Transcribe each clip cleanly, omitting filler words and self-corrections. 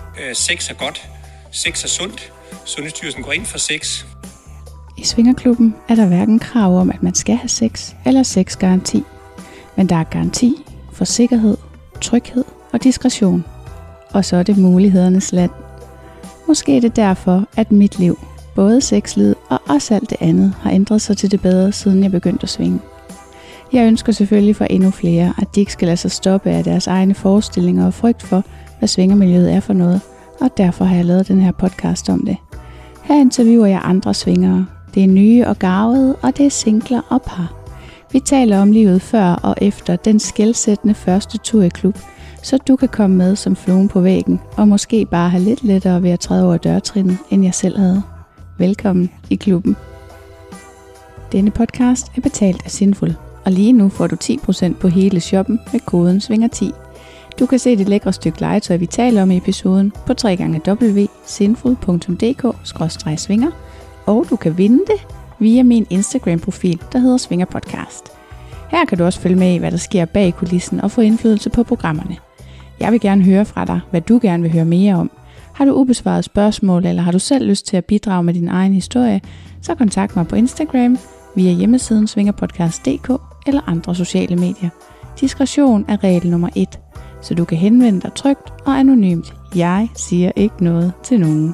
Sex er godt. Sex er sundt. Sundhedsstyrelsen går ind for sex. I Svingerklubben er der hverken krav om, at man skal have sex eller sexgaranti. Men der er garanti for sikkerhed, tryghed og diskretion. Og så er det mulighedernes land. Måske er det derfor, at mit liv, både sexlivet og også alt det andet, har ændret sig til det bedre, siden jeg begyndte at svinge. Jeg ønsker selvfølgelig for endnu flere, at de ikke skal lade sig stoppe af deres egne forestillinger og frygt for, hvad svingermiljøet er for noget, og derfor har jeg lavet den her podcast om det. Her interviewer jeg andre svingere. Det er nye og garvede, og det er singler og par. Vi taler om livet før og efter den skelsættende første tur i klub, så du kan komme med som fluen på væggen, og måske bare have lidt lettere ved at træde over dørtrinnet, end jeg selv havde. Velkommen i klubben. Denne podcast er betalt af Sinful, og lige nu får du 10% på hele shoppen med koden SVINGER10. Du kan se det lækre stykke legetøj, vi taler om i episoden på www.sinful.dk/svinger, og du kan vinde det via min Instagram-profil, der hedder Svinger Podcast. Her kan du også følge med i, hvad der sker bag kulissen og få indflydelse på programmerne. Jeg vil gerne høre fra dig, hvad du gerne vil høre mere om. Har du ubesvarede spørgsmål, eller har du selv lyst til at bidrage med din egen historie, så kontakt mig på Instagram via hjemmesiden svingerpodcast.dk eller andre sociale medier. Diskretion er regel nummer 1, så du kan henvende dig trygt og anonymt. Jeg siger ikke noget til nogen.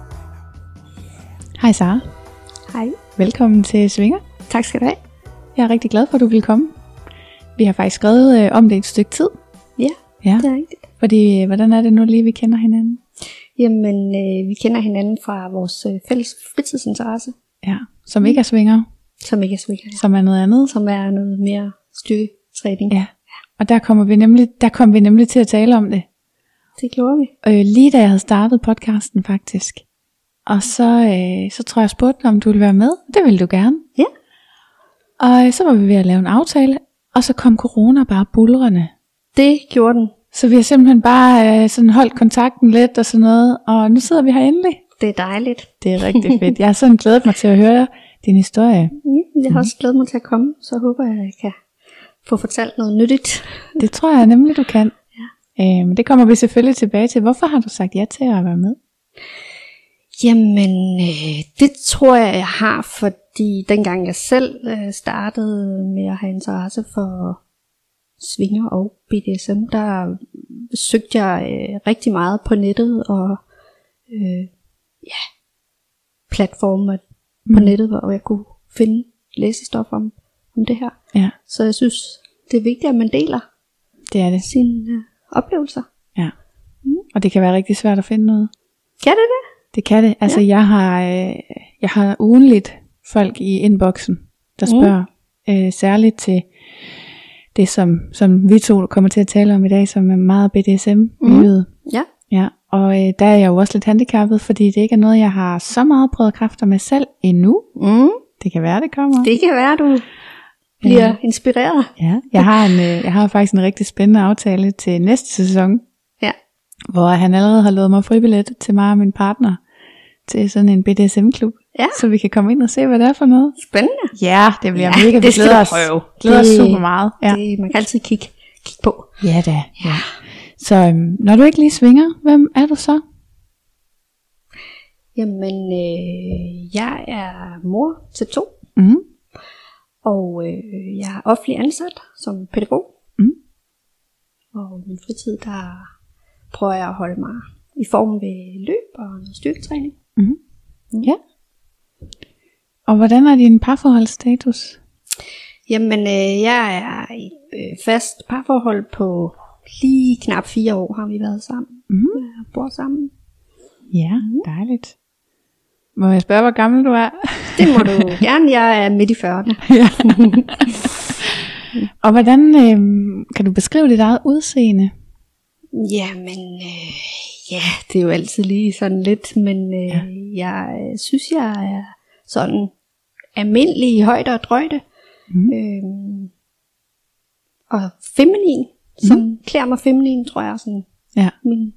Hej Sara. Hej. Velkommen til Svinger. Tak skal du have. Jeg er rigtig glad for, at du vil komme. Vi har faktisk skrevet om det et stykke tid. Ja, det er rigtigt. Fordi, hvordan er det nu lige, vi kender hinanden? Jamen, vi kender hinanden fra vores fælles fritidsinteresse. Ja, som ikke er svinger. Som ikke er svinger, ja. Som er noget andet. Som er noget mere styrketræning. Ja, og der kom vi nemlig til at tale om det. Det gjorde vi. Lige da jeg havde startet podcasten faktisk. Og så tror jeg spurgte om du ville være med. Det ville du gerne. Ja. Og så var vi ved at lave en aftale. Og så kom corona bare buldrende. Det gjorde den. Så vi har simpelthen bare sådan holdt kontakten lidt og sådan noget. Og nu sidder vi her endelig. Det er dejligt. Det er rigtig fedt. Jeg har sådan glædet mig til at høre din historie. Ja, jeg har også glædet mig til at komme. Så håber jeg, at jeg kan få fortalt noget nyttigt. Det tror jeg nemlig, du kan. Ja. Men det kommer vi selvfølgelig tilbage til. Hvorfor har du sagt ja til at være med? Jamen, det tror jeg har, fordi dengang jeg selv startede med at have interesse for svinger og BDSM, der søgte jeg rigtig meget på nettet og platformer på nettet, hvor jeg kunne finde læsestof om det her. Ja. Så jeg synes, det er vigtigt, at man deler sine oplevelser. Ja. Og det kan være rigtig svært at finde noget. Kan det det? Det kan det. Altså jeg har ugenligt folk i inboxen, der spørger særligt til det, som vi to kommer til at tale om i dag, som er meget BDSM-miljøet. Ja. Ja. Og der er jeg jo også lidt handicappet, fordi det ikke er noget, jeg har så meget prøvet kræfter med selv endnu. Det kan være, det kommer. Det kan være, du bliver inspireret. Ja. Jeg har faktisk en rigtig spændende aftale til næste sæson. Hvor han allerede har lovet mig fribillet til mig og min partner til sådan en BDSM-klub. Ja. Så vi kan komme ind og se, hvad det er for noget. Spændende. Ja, det bliver mega. Det skal du prøve. Glæder os super meget. Ja. Det, man kan altid kigge på. Ja da. Ja. Så når du ikke lige svinger, hvem er du så? Jamen, jeg er mor til 2. Og jeg er offentlig ansat som pædagog. Og i min fritid, der prøver jeg at holde mig i form ved løb og noget styrketræning. Ja. Og hvordan er din parforholdsstatus? Jamen, jeg er i fast parforhold på lige knap 4 år har vi været sammen. Jeg bor sammen. Ja, dejligt. Må jeg spørge, hvor gammel du er? Det må du gerne. Jeg er midt i 40'erne. Ja. Og hvordan kan du beskrive dit eget udseende? Jamen, det er jo altid lige sådan lidt, men jeg synes, jeg er sådan almindelig i højde og drøjde. Og feminin, som klæder mig feminin, tror jeg, sådan min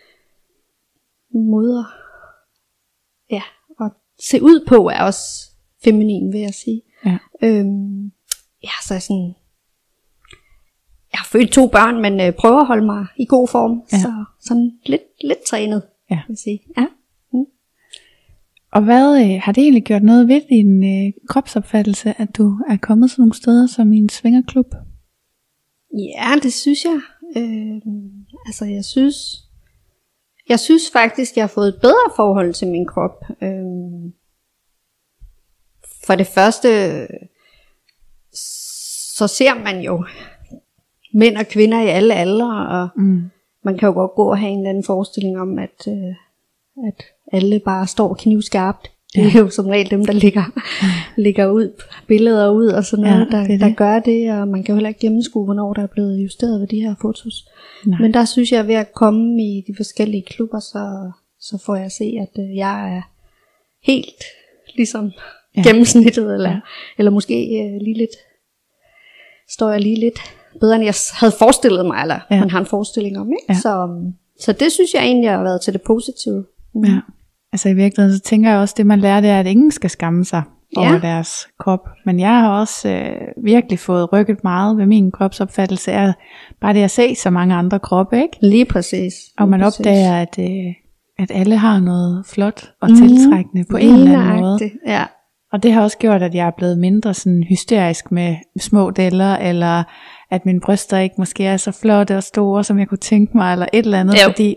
måde at se ud på er også feminin, vil jeg sige. Så er sådan, jeg har født 2 børn, men prøver at holde mig i god form. Ja. Så sådan lidt trænet, vil jeg sige. Ja. Og hvad har det egentlig gjort noget ved din kropsopfattelse, at du er kommet sådan nogle steder som i en svingerklub? Ja, det synes jeg. Altså jeg synes faktisk, jeg har fået et bedre forhold til min krop. For det første, så ser man jo mænd og kvinder i alle aldre, og man kan jo godt gå og have en eller anden forestilling om, at alle bare står knivskarpt. Det er jo som regel dem, der ligger ud, billeder ud og sådan noget, der gør det, og man kan jo heller ikke gennemskue, hvornår der er blevet justeret ved de her fotos. Nej. Men der synes jeg, ved at komme i de forskellige klubber, så får jeg at se, at jeg er helt ligesom gennemsnittet, eller måske lige lidt, står jeg lige lidt bedre, end jeg havde forestillet mig, eller man har en forestilling om, ikke? Ja. Så det synes jeg egentlig har været til det positive. Ja. Altså i virkeligheden, så tænker jeg også, det man lærer, det er, at ingen skal skamme sig over deres krop. Men jeg har også virkelig fået rykket meget ved min kropsopfattelse, er bare det at se så mange andre kroppe, ikke? Lige præcis. Og man opdager, at alle har noget flot og tiltrækkende på en eller anden måde. Ja. Og det har også gjort, at jeg er blevet mindre sådan hysterisk med små deller, eller at mine bryster ikke måske er så flotte og store, som jeg kunne tænke mig, eller et eller andet, fordi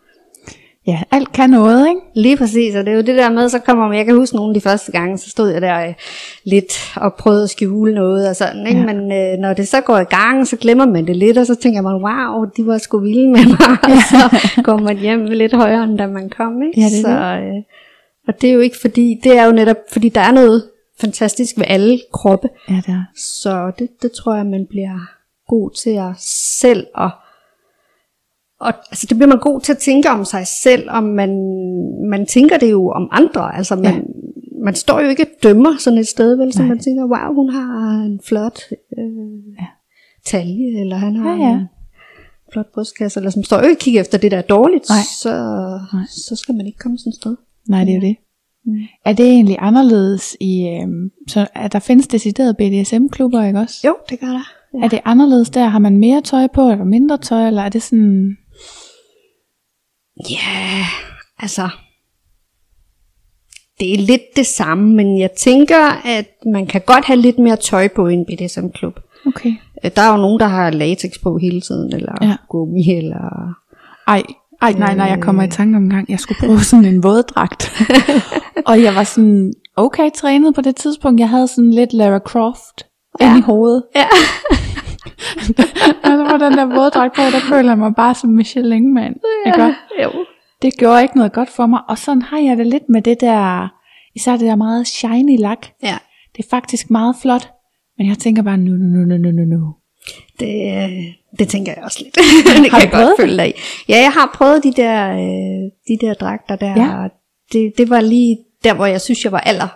alt kan noget, ikke? Lige præcis, og det er jo det der med, så kommer man, jeg kan huske nogle af de første gange, så stod jeg der lidt og prøvede at skjule noget og sådan, ikke? Men når det så går i gang, så glemmer man det lidt, og så tænker man, wow, de var sgu vilde med mig, og så går man hjem lidt højere, end da man kom, ikke? Ja, og det er jo ikke fordi, det er jo netop, fordi der er noget fantastisk ved alle kroppe, så det tror jeg, man bliver god til at selv, og altså det bliver man god til at tænke om sig selv, om man tænker det jo om andre, altså man står jo ikke og dømmer sådan et sted, vel, så man tænker, wow, hun har en flot talje, eller han har en flot brystkasse, eller som står jo ikke og kigger efter det der er dårligt, så skal man ikke komme sådan et sted. Nej, det er jo det. Er det egentlig anderledes så at der findes deciderede BDSM-klubber, ikke også? Jo, det gør der. Ja. Er det anderledes der? Har man mere tøj på, eller mindre tøj, eller er det sådan? Ja, altså det er lidt det samme, men jeg tænker, at man kan godt have lidt mere tøj på i en BDSM-klub. Okay. Der er jo nogen, der har latex på hele tiden, eller gummi, eller... Nej, jeg kommer i tanke om en gang, jeg skulle prøve sådan en våddragt. Og jeg var sådan okay trænet på det tidspunkt. Jeg havde sådan lidt Lara Croft ind i hovedet. Ja. Og så var den der våddragt på, der føler jeg mig bare som Michelin-mand. Ikke? Jo. Det gjorde ikke noget godt for mig. Og sådan har jeg det lidt med det der, især det der meget shiny lak. Ja. Det er faktisk meget flot. Men jeg tænker bare, nu. Det tænker jeg også lidt. Det kan jeg godt følge dig i. Ja, jeg har prøvet de der dragter der. Ja. Det var lige der, hvor jeg synes, jeg var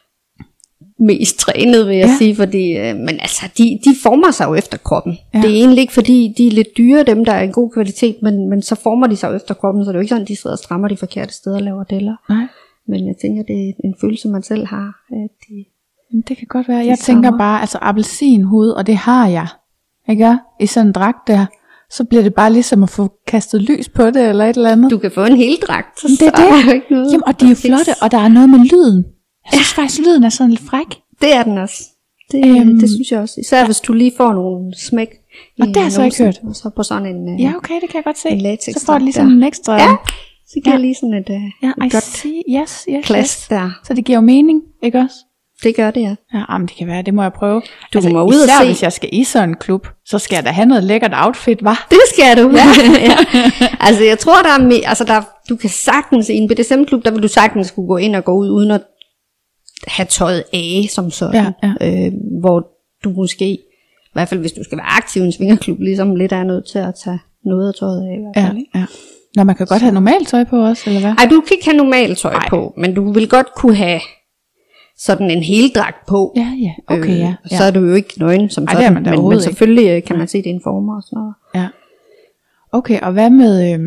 mest trænet, vil jeg sige, fordi, men altså, de former sig jo efter kroppen. Ja. Det er egentlig ikke, fordi de er lidt dyre, dem der er en god kvalitet, men så former de sig jo efter kroppen, så det er jo ikke sådan, de sidder og strammer de forkerte steder og laver deller. Nej. Men jeg tænker, det er en følelse, man selv har. At det kan godt være. Jeg tænker bare, altså appelsinhud, og det har jeg, ikke? I sådan en dragt der, så bliver det bare ligesom at få kastet lys på det, eller et eller andet. Du kan få en hel dragt. Det er det. Jamen, og de er jo flotte, og der er noget med lyden. Jeg synes faktisk, lyden er sådan lidt fræk. Det er den også. Det synes jeg også. Især hvis du lige får nogle smæk. Og det har så ikke hørt. Så på sådan en ja, okay, det kan jeg godt se. En latex. Så får det lige sådan en ekstra. Ja, så giver lige sådan et godt yes, plads der. Så det giver jo mening, ikke også? Det gør det, ja. Ja, men det kan være, det må jeg prøve. Du må ud og se. Hvis jeg skal i sådan en klub, så skal jeg da have noget lækkert outfit, hva? Det skal du. Ja. Ja. Altså jeg tror, du kan sagtens, i en BDSM-klub, der vil du sagtens kunne gå ind og gå ud, uden at have tøjet af som sådan. Ja. Hvor du måske, i hvert fald hvis du skal være aktiv i en svingerklub, ligesom lidt er nødt til at tage noget af tøjet af. I hvert fald, ja. Nå, man kan godt have normalt tøj på også, eller hvad? Nej, du kan ikke have normalt tøj på, men du vil godt kunne have sådan en heldragt på. Ja, okay, ja. Så er du jo ikke nøgen som sådan, men selvfølgelig kan man se dine former og sådan noget. Ja. Okay, og hvad med,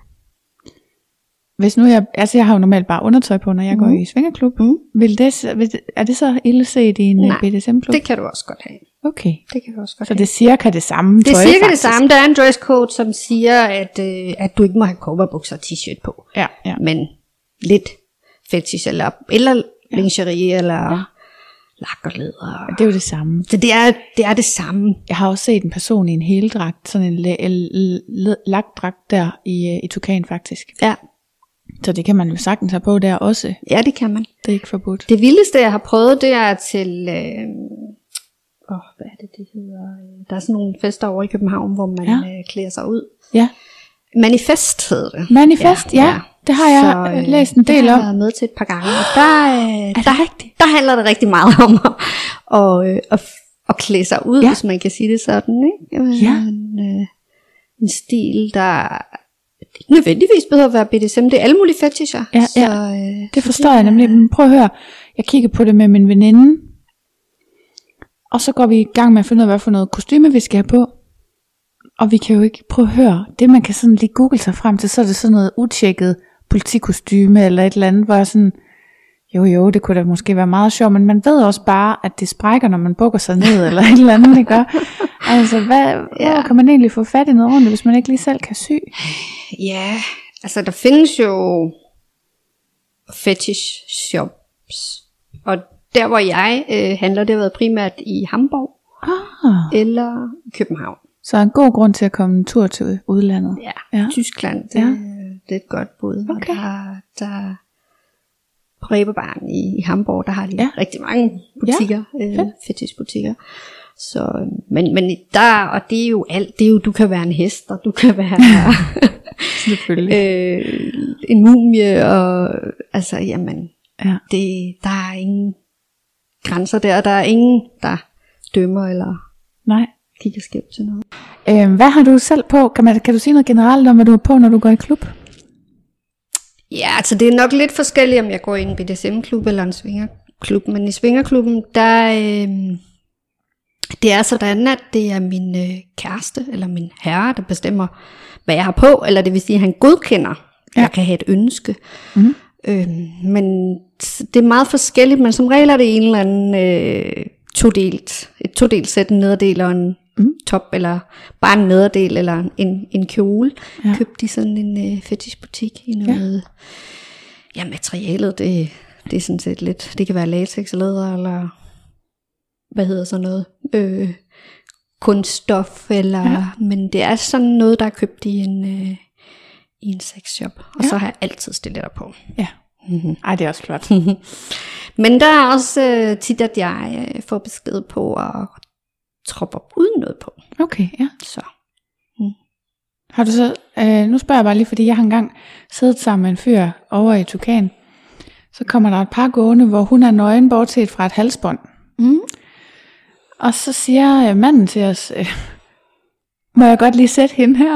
hvis nu jeg har jo normalt bare undertøj på, når jeg går i svingerklub. Er det så ille set i en BDSM-klub? Det kan du også godt have. Okay. Det kan vi også godt Så det er cirka det samme Det er tøj, cirka faktisk. det samme. Der er en dresscode, som siger, at du ikke må have cowboybukser og t-shirt på. Ja. Men lidt fetish eller lingerie eller lak og læder. Det er jo det samme. Så det er det samme. Jeg har også set en person i en heldragt, sådan en lakdragt der i Tukan faktisk. Ja. Så det kan man jo sagtens have på der også. Ja, det kan man. Det er ikke forbudt. Det vildeste, jeg har prøvet, det er til... hvad er det hedder? Der er sådan nogle fester over i København, hvor man klæder sig ud. Ja. Manifest hedder det. Manifest, ja. Det har jeg læst en del om. Det har jeg været med til et par gange. Og der handler det rigtig meget om at klæde sig ud, hvis man kan sige det sådan. Ikke? En stil, der ikke nødvendigvis behøver at være BDSM. Det er alle mulige fetisher. Ja, så, det forstår jeg nemlig. Men prøv at høre. Jeg kigger på det med min veninde. Og så går vi i gang med at finde ud af, hvad for noget kostyme vi skal have på. Og vi kan jo ikke prøve at høre. Det man kan sådan lige google sig frem til, så er det sådan noget utjekket politikostyme eller et eller andet, hvor jeg sådan, jo, det kunne da måske være meget sjovt, men man ved også bare, at det sprækker, når man bukker sig ned eller et eller andet, det gør. Altså, hvor kan man egentlig få fat i noget ordentligt, hvis man ikke lige selv kan sy? Ja, altså der findes jo fetish shops, og der hvor jeg handler, det har været primært i Hamburg eller København. Så en god grund til at komme en tur til udlandet. Ja. Tyskland, det er et godt bud. Okay. Og der på Reeperbahn i Hamburg, der har de rigtig mange butikker, fetishbutikker. Så, men der, og det er jo alt, det er jo, du kan være en hest, og du kan være en mumie, og altså, jamen, der er ingen grænser der, og der er ingen, der dømmer eller kigger skævt til noget. Hvad har du selv på? Kan du sige noget generelt om, hvad du har på, når du går i klub? Ja, altså det er nok lidt forskelligt, om jeg går i en BDSM-klub eller en svingerklub. Men i svingerklubben, der det er sådan, at det er min kæreste eller min herre, der bestemmer, hvad jeg har på. Eller det vil sige, at han godkender, jeg kan have et ønske. Mm. Men det er meget forskelligt, men som regel er det en eller anden et todelt sæt, en nederdel og en top, eller bare en nederdel, eller en kjole. Købte i sådan en fetishbutik i noget. Ja, materialet, det er sådan set lidt, det kan være latex eller læder, eller hvad hedder sådan noget, kunststof, eller, men det er sådan noget, der er købt i en sexshop, og så har jeg altid stillet der på. Ja. Ej, det er også flot. Men der er også tit, at jeg får besked på at troppe op uden noget på. Okay, ja. Så. Har du så, nu spørger jeg bare lige, fordi jeg har engang siddet sammen med en fyr over i Tukan. Så kommer der et par gående, hvor hun er nøgen, bortset fra et halsbånd. Og så siger manden til os, må jeg godt lige sætte hende her?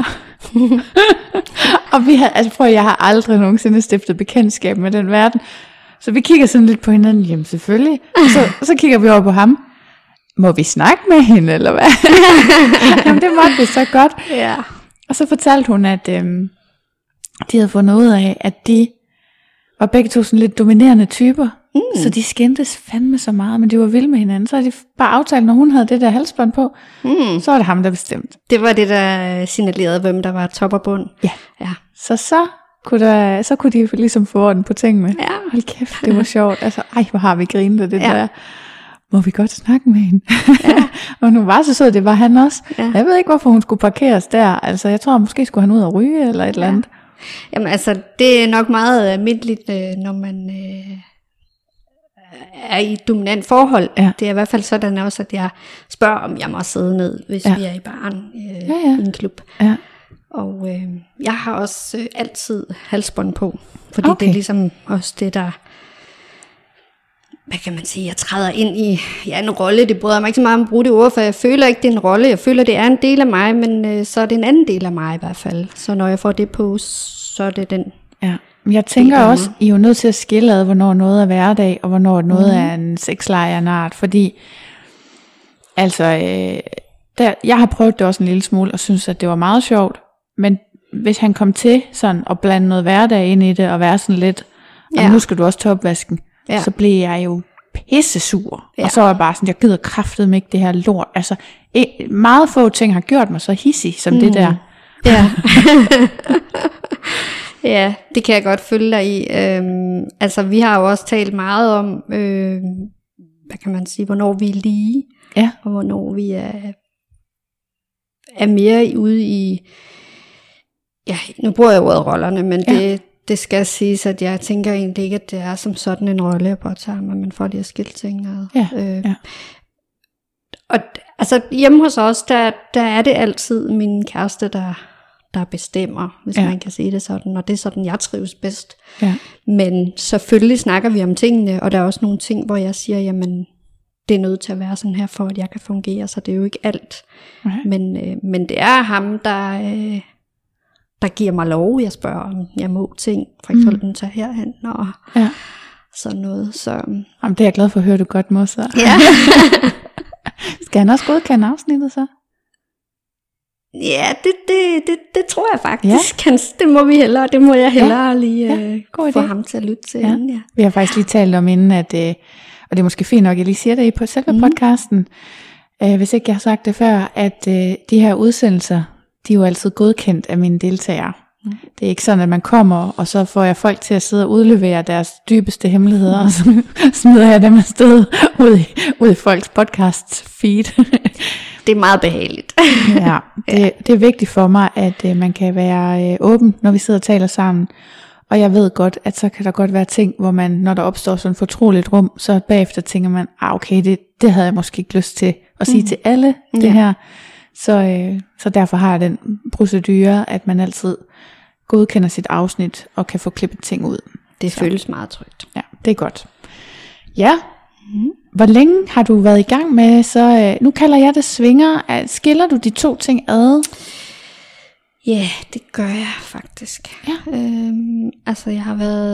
Og vi har, altså prøv, jeg har aldrig nogensinde stiftet bekendtskab med den verden. Så vi kigger sådan lidt på hinanden, jamen selvfølgelig. Og så kigger vi over på ham. Må vi snakke med hende, eller hvad? Jamen det måtte vi så godt. Ja. Og så fortalte hun, at de havde fundet ud af, at de var begge to sådan lidt dominerende typer. Så de skændtes fandme så meget, men de var vilde med hinanden. Så havde de bare aftalt, når hun havde det der halsbånd på, så var det ham, der bestemte. Det var det, der signalerede, hvem der var top og bund. Ja. Så kunne de ligesom få orden på tingene. Ja. Hold kæft, det var sjovt. Altså, hvor har vi grinet af det der. Må vi godt snakke med hende? Ja. Og nu var så sød, det var han også. Ja. Jeg ved ikke, hvorfor hun skulle parkeres der. Altså, jeg tror, måske skulle han ud og ryge eller et eller andet. Jamen altså, det er nok meget almindeligt, når man er i et dominant forhold. Det er i hvert fald sådan også, at jeg spørger, om jeg må sidde ned, hvis vi er i baren i en klub. Ja. Og jeg har også altid halsbånd på, fordi det er ligesom også det, der, hvad kan man sige, jeg træder ind i en rolle. Det bryder mig ikke så meget om at bruge det ord, for jeg føler ikke, det er en rolle. Jeg føler, det er en del af mig, men så er det en anden del af mig i hvert fald. Så når jeg får det på, så er det den. Ja. Jeg tænker også, I er jo nødt til at skille ad, hvornår noget er hverdag, og hvornår noget er en sexleje af en art. Fordi, altså, jeg har prøvet det også en lille smule, og synes, at det var meget sjovt. Men hvis han kom til sådan at blande noget hverdag ind i det, og være sådan lidt, og nu skal du også tage opvasken, så blev jeg jo pissesur. Ja. Og så var jeg bare sådan, jeg gider kraftedeme ikke det her lort. Altså, meget få ting har gjort mig så hissig som det der. Ja. Ja, det kan jeg godt følge dig i. Altså, vi har jo også talt meget om, hvad kan man sige, hvornår vi er lige, og hvornår vi er mere ude i, ja, nu bruger jeg ordet rollerne, men det skal siges, at jeg tænker egentlig ikke, at det er som sådan en rolle, jeg påtager mig, men for de her skilting. Og altså, hjemme hos os, der er det altid min kæreste, der bestemmer, hvis man kan sige det sådan, og det er sådan, jeg trives bedst. Ja. Men selvfølgelig snakker vi om tingene, og der er også nogle ting, hvor jeg siger, jamen, det er nødt til at være sådan her, for at jeg kan fungere, så det er jo ikke alt. Men det er ham, der giver mig lov. Jeg spørger, om jeg må ting, for eksempel tage herhen, og sådan noget. Så. Jamen, det er jeg glad for at høre, du godt må så. Ja. Skal han også godkende afsnittet så? Ja, det tror jeg faktisk. Det må vi hellere. Det må jeg hellere lige få ham til at lytte til. Ja. Inden, Vi har faktisk lige talt om inden, at, og det er måske fint nok, at jeg lige siger det på selve podcasten, hvis ikke jeg har sagt det før, at de her udsendelser, de er jo altid godkendt af mine deltagere. Det er ikke sådan, at man kommer, og så får jeg folk til at sidde og udlevere deres dybeste hemmeligheder, og så smider jeg dem afsted ud i folks podcast feed. Det er meget behageligt. Ja, det er vigtigt for mig, at man kan være åben, når vi sidder og taler sammen. Og jeg ved godt, at så kan der godt være ting, hvor man, når der opstår sådan et fortroligt rum, så bagefter tænker man, okay, det havde jeg måske ikke lyst til at sige til alle, det her. Så derfor har jeg den procedure, at man altid godkender sit afsnit, og kan få klippet ting ud. Det føles meget trygt. Ja, det er godt. Ja, hvor længe har du været i gang med, så nu kalder jeg det svinger. Skiller du de to ting ad? Ja, det gør jeg faktisk. Ja. Altså jeg har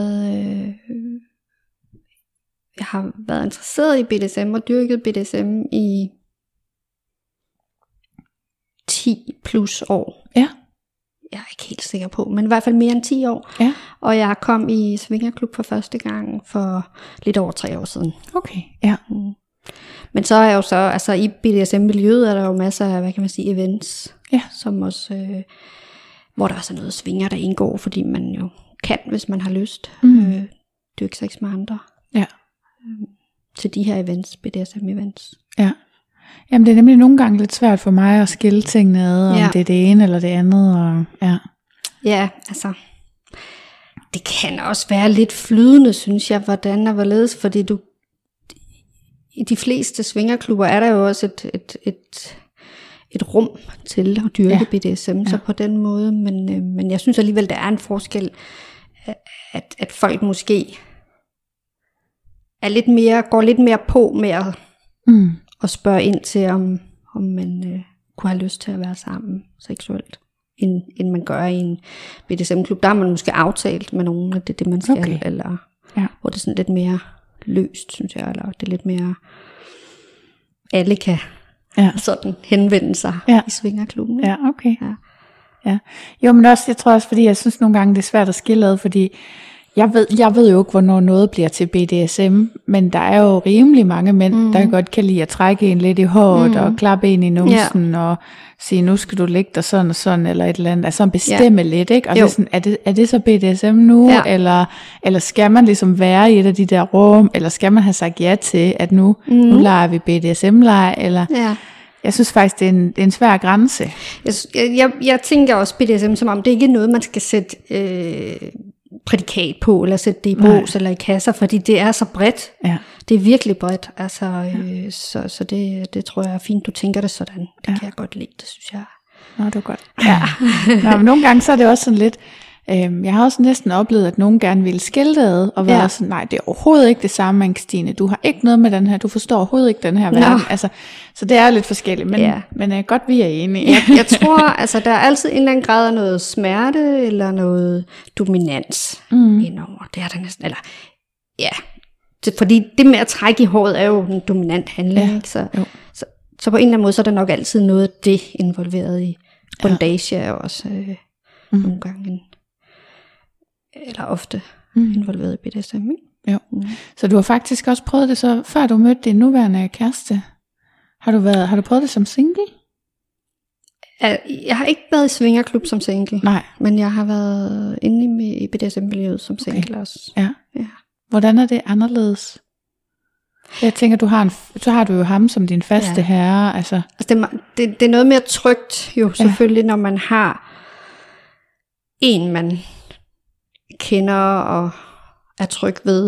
været interesseret i BDSM og dyrket BDSM i 10 plus år. Ja. Jeg er ikke helt sikker på, men i hvert fald mere end 10 år. Ja. Og jeg kom i svingerklub for første gang for lidt over 3 år siden. Okay, ja. Men så er jeg jo så, altså i BDSM-miljøet er der jo masser af, hvad kan man sige, events, som også, hvor der er så noget svinger, der indgår, fordi man jo kan, hvis man har lyst, dyrke sex med andre. Ja. Til de her events, BDSM-events. Ja. Jamen det er nemlig nogle gange lidt svært for mig at skille tingene ad, om det er det ene eller det andet. Og, ja, altså det kan også være lidt flydende, synes jeg, hvordan og hvorledes, fordi i de fleste svingerklubber er der jo også et rum til at dyrke BDSM, så på den måde, men jeg synes alligevel, der er en forskel, at folk måske er lidt mere, går lidt mere på med at spørge ind til, om man kunne have lyst til at være sammen seksuelt, end man gør i en BDSM-klub. Der har man måske aftalt med nogen, at det er det, man skal, eller hvor det er sådan lidt mere løst, synes jeg, eller det er lidt mere, alle kan sådan henvende sig i svingerklubben. Ja, okay. Ja. Jo, men også, jeg tror også, fordi jeg synes nogle gange, det er svært at skille ad, fordi jeg ved jo ikke, hvornår noget bliver til BDSM, men der er jo rimelig mange mænd, der godt kan lide at trække en lidt i håret, og klappe en i numsen, og sige, nu skal du ligge der sådan og sådan, eller et eller andet, altså bestemme lidt, ikke? Og så sådan, er det så BDSM nu, eller skal man ligesom være i et af de der rum, eller skal man have sagt ja til, at nu leger vi BDSM-leg, eller... Ja. Jeg synes faktisk, det er en svær grænse. Jeg tænker også BDSM, som om det ikke er noget, man skal sætte prædikat på, eller sætte det i bås eller i kasser, fordi det er så bredt. Ja. Det er virkelig bredt. Altså, så det tror jeg er fint, du tænker det sådan. Det kan jeg godt lide, det synes jeg. Nå, det er godt. Ja. Nå, men nogle gange så er det også sådan lidt, jeg har også næsten oplevet, at nogen gerne ville skille det ad, og være sådan, nej, det er overhovedet ikke det samme, Anne-Kristine. Du har ikke noget med den her, du forstår overhovedet ikke den her verden. Altså, så det er lidt forskelligt, men godt vi er enige. Jeg tror, altså der er altid en eller anden grad af noget smerte, eller noget dominans indover. Det er der næsten, eller fordi det med at trække i håret er jo en dominant handling, ikke? Så på en eller anden måde, så er der nok altid noget af det involveret i. Bondage er også nogle gange eller ofte involveret i BDSM, ikke? Jo. Så du har faktisk også prøvet det så, før du mødte din nuværende kæreste. Har du prøvet det som single? Jeg har ikke været i svingerklub som single. Nej. Men jeg har været inde i BDSM-miljøet som single også. Ja. Hvordan er det anderledes? Jeg tænker, så har du jo ham som din faste herre. Altså det er noget mere trygt jo selvfølgelig, når man har en, man kender og er tryg ved.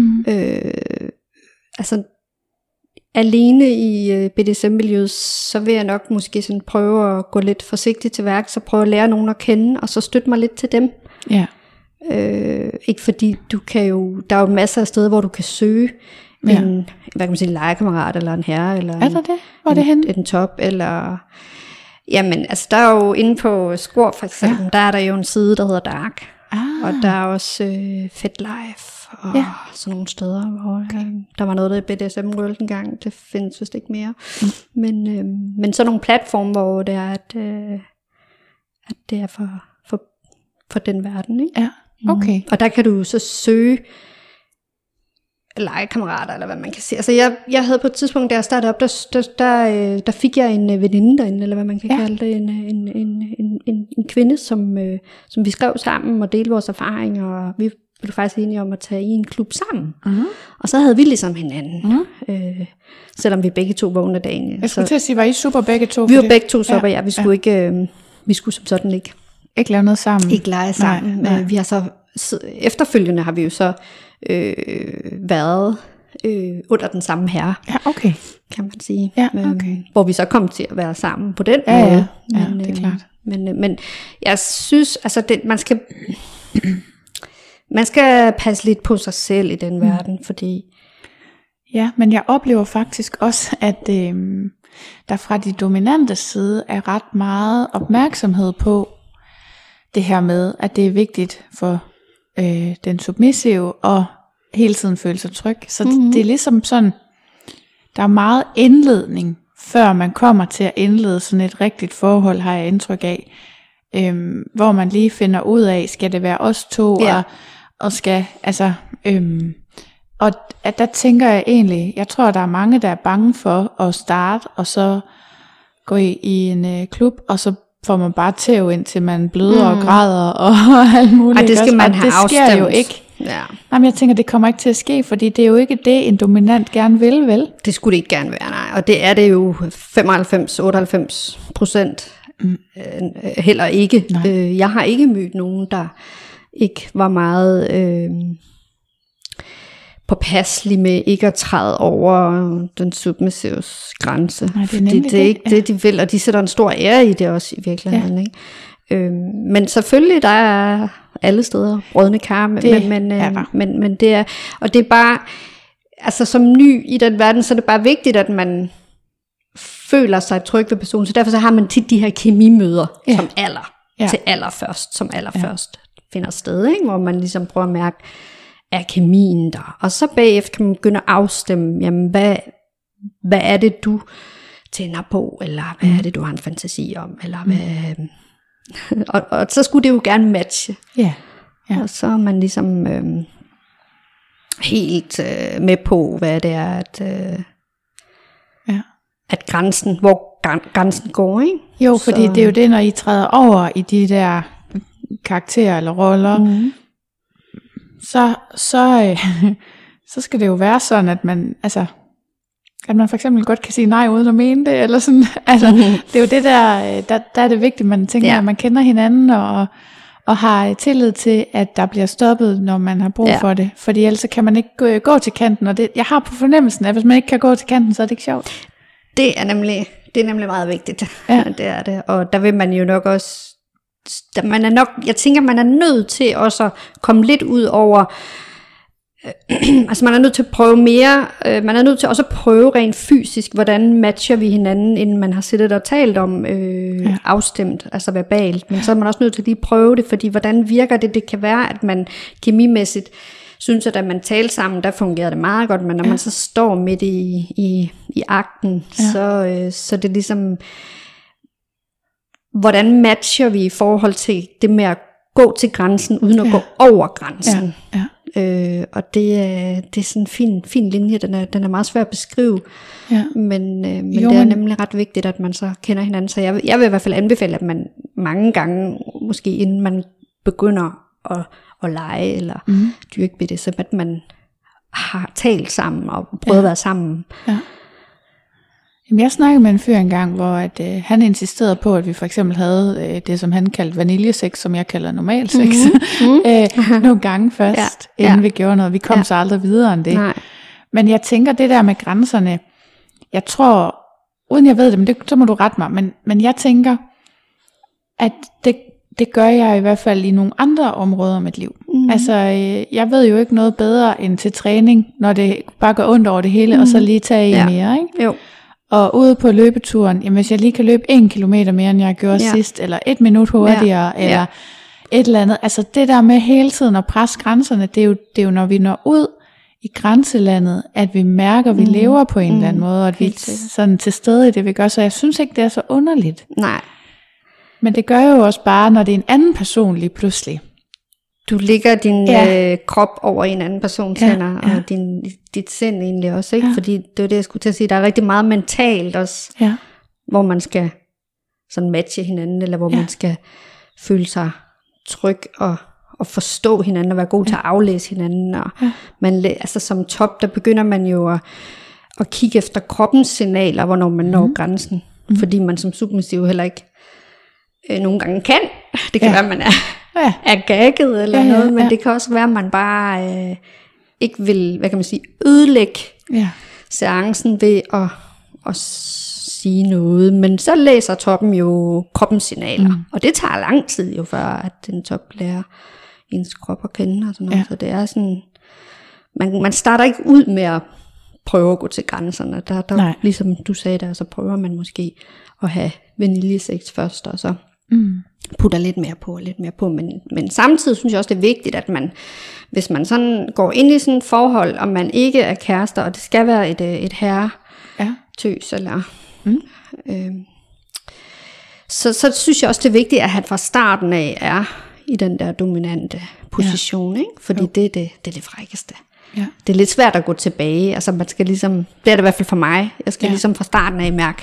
Alene i BDSM-miljøet, så vil jeg nok måske sådan prøve at gå lidt forsigtigt til værk, så prøve at lære nogen at kende, og så støtte mig lidt til dem. Ja. Ikke fordi der er jo masser af steder, hvor du kan søge en, hvad kan man sige, en legekammerat, eller en herre, eller er der det? Hvor er det henne? En top, eller jamen, altså der er jo inde på Skor for eksempel, der er der jo en side, der hedder Dark, og der er også FetLife, og sådan nogle steder, hvor der var noget, der i BDSM World engang, det findes vist ikke mere, men sådan nogle platforme, hvor det er, at det er for den verden, ikke? Ja, okay. Og der kan du så søge legekammerater, eller hvad man kan sige. Altså jeg havde på et tidspunkt, da jeg startede op, der fik jeg en veninde derinde, eller hvad man kan kalde det, en kvinde, som vi skrev sammen og delte vores erfaringer, og vi blev faktisk enige om at tage i en klub sammen. Og så havde vi ligesom hinanden, selvom vi begge to vågnede dagen. Jeg skulle til at sige, var I super begge to? Vi var begge to super, vi skulle ikke, vi skulle som sådan ikke lave noget sammen. Ikke lege sammen. Nej. Vi har så efterfølgende har vi jo så været under den samme herre. Ja, okay. Kan man sige. Ja, okay. Hvor vi så kom til at være sammen på den måde. Ja, det er klart. Men jeg synes, altså man skal passe lidt på sig selv i den verden, fordi ja, men jeg oplever faktisk også, at der fra de dominante side er ret meget opmærksomhed på det her med, at det er vigtigt for den submissive og hele tiden føle sig tryg. Så det er ligesom sådan, der er meget indledning, før man kommer til at indlede sådan et rigtigt forhold, har jeg indtryk af, hvor man lige finder ud af, skal det være os to, og skal, altså, og at der tænker jeg egentlig, jeg tror, der er mange, der er bange for at starte, og så gå i en klub, og så får man bare tæv ind til man bløder og græder og alt muligt. Og det skal man have afstemt. Det sker jo ikke. Ja. Nej, jeg tænker, det kommer ikke til at ske, fordi det er jo ikke det, en dominant gerne vil, vel? Det skulle det ikke gerne være, nej. Og det er det jo 95-98% heller ikke. Jeg har ikke mødt nogen, der ikke var meget påpasselig med ikke at træde over den submissives grænse. Nej, fordi det er ikke det, de vil, og de sætter en stor ære i det også i virkeligheden. Ikke? Men selvfølgelig, der er alle steder rådne kar, men det er, og det er bare, altså som ny i den verden, så er det bare vigtigt, at man føler sig tryg ved personen, så derfor så har man tit de her kemimøder, som allerførst finder sted, ikke? Hvor man ligesom prøver at mærke, er kemien der, og så bagefter kan man begynde at afstemme, jamen hvad er det du tænder på, eller hvad er det du har en fantasi om, eller hvad og så skulle det jo gerne matche. Og så er man ligesom helt med på, hvad det er, at grænsen, hvor grænsen går, ikke? Jo, fordi det er jo det, når I træder over i de der karakterer eller roller, så skal det jo være sådan, at man, altså, at man for eksempel godt kan sige nej uden at mene det, eller sådan, altså, det er jo det der er det vigtigt, man tænker, at man kender hinanden, og har tillid til, at der bliver stoppet, når man har brug for det, fordi ellers kan man ikke gå til kanten, og jeg har på fornemmelsen, at hvis man ikke kan gå til kanten, så er det ikke sjovt. Det er nemlig meget vigtigt, det er det, og der vil man jo nok også, jeg tænker, man er nødt til også at komme lidt ud over, altså man er nødt til at prøve mere, man er nødt til også at prøve rent fysisk, hvordan matcher vi hinanden, inden man har siddet og talt om afstemt, altså verbalt, men så er man også nødt til at lige prøve det, fordi hvordan virker det? Det kan være, at man kemimæssigt synes, at da man taler sammen, der fungerer det meget godt, men når man så står midt i akten, så det er ligesom, hvordan matcher vi i forhold til det med at gå til grænsen, uden at gå over grænsen. Og det er sådan en fin linje, den er meget svær at beskrive, men det er nemlig ret vigtigt, at man så kender hinanden. Så jeg vil i hvert fald anbefale, at man mange gange, måske inden man begynder at lege eller dyrke BDSM, at man har talt sammen og prøvet at være sammen. Ja. Jamen, jeg snakkede med en fyr engang, hvor at, han insisterede på, at vi for eksempel havde det, som han kaldte vaniljesex, som jeg kalder normal sex, nogle gange først, inden vi gjorde noget. Vi kom så aldrig videre end det. Nej. Men jeg tænker, det der med grænserne, jeg tror, uden jeg ved det, men det, så må du rette mig, men jeg tænker, at det gør jeg i hvert fald i nogle andre områder af mit liv. Altså, jeg ved jo ikke noget bedre end til træning, når det bare går ondt over det hele, og så lige tage en mere, ikke? Jo. Og ude på løbeturen, jamen hvis jeg lige kan løbe 1 kilometer mere, end jeg gjorde sidst, eller 1 minut hurtigere, eller et eller andet. Altså det der med hele tiden at presse grænserne, det er jo når vi når ud i grænselandet, at vi mærker, at vi lever på en eller anden måde, og at vi er sådan til stede i det, vi gør. Så jeg synes ikke, det er så underligt. Nej. Men det gør jo også bare, når det er en anden person lige pludselig. Du lægger din krop over en anden persons hænder, og dit sind egentlig også, ikke? Fordi det var det, jeg skulle til at sige, der er rigtig meget mentalt også, hvor man skal sådan matche hinanden, eller hvor man skal føle sig tryg og forstå hinanden, og være god til at aflæse hinanden. Og man, altså som top, der begynder man jo at kigge efter kroppens signaler, hvornår man når grænsen, fordi man som submissiv heller ikke nogle gange kan. Det kan være, at man er gagget eller noget, men det kan også være, at man bare ikke vil, hvad kan man sige, ødelægge seancen ved at sige noget. Men så læser toppen jo kroppens signaler, og det tager lang tid jo, før at den top lærer ens krop at kende og sådan noget. Så det er sådan, man starter ikke ud med at prøve at gå til grænserne. Der ligesom du sagde der, så prøver man måske at have vaniljesex først, og så putter lidt mere på, men samtidig synes jeg også, det er vigtigt, at man, hvis man sådan går ind i sådan et forhold, og man ikke er kærester, og det skal være et herretøs, eller så synes jeg også, det er vigtigt, at han fra starten af er i den der dominante position, ikke? Fordi det er det frækkeste. Ja. Det er lidt svært at gå tilbage, altså man skal ligesom, det er det i hvert fald for mig, jeg skal ligesom fra starten af mærke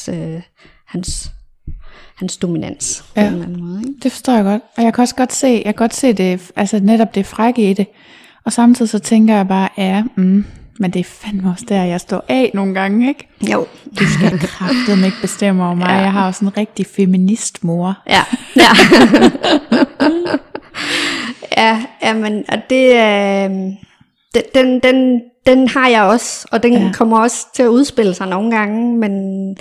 hans dominans på en eller anden måde, ikke? Det forstår jeg godt, og jeg kan også godt se det, altså netop det frække i det, og samtidig så tænker jeg bare, men det er fandme også der, jeg står af nogle gange, ikke? Jo. Du skal kraftedeme ikke bestemme over mig, jeg har jo sådan en rigtig feministmor. Men og det den har jeg også, og den kommer også til at udspille sig nogle gange, men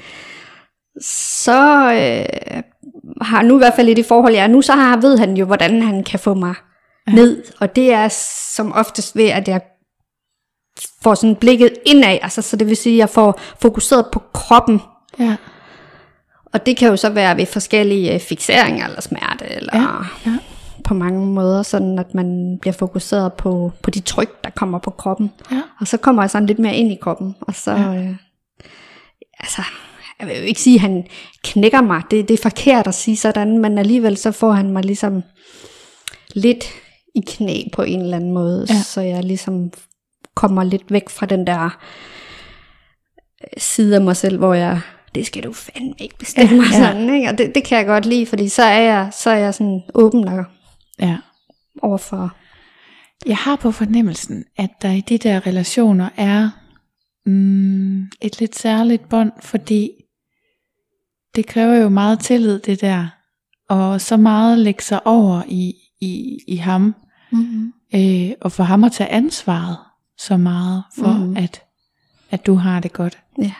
så har nu i hvert fald i det forhold, jeg er nu, så ved han jo, hvordan han kan få mig ned, og det er som oftest ved, at jeg får sådan blikket indad, altså, så det vil sige, at jeg får fokuseret på kroppen, og det kan jo så være ved forskellige fikseringer, eller smerte, eller på mange måder, sådan at man bliver fokuseret på de tryk, der kommer på kroppen, og så kommer jeg sådan lidt mere ind i kroppen, og så, altså, jeg vil jo ikke sige, at han knækker mig, det er forkert at sige sådan, men alligevel så får han mig ligesom lidt i knæ på en eller anden måde, så jeg ligesom kommer lidt væk fra den der side af mig selv, hvor det skal du fandme ikke bestemme mig sådan, ikke? Og det kan jeg godt lide, fordi så er jeg sådan åben og overfor. Jeg har på fornemmelsen, at der i de der relationer er et lidt særligt bånd, fordi det kræver jo meget tillid, det der, og så meget lægge sig over i ham, og for ham at tage ansvaret så meget for, at du har det godt.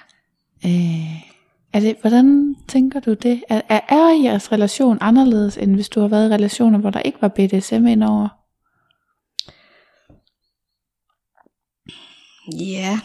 Hvordan tænker du det? Er jeres relation anderledes, end hvis du har været i relationer, hvor der ikke var BDSM indover? Ja.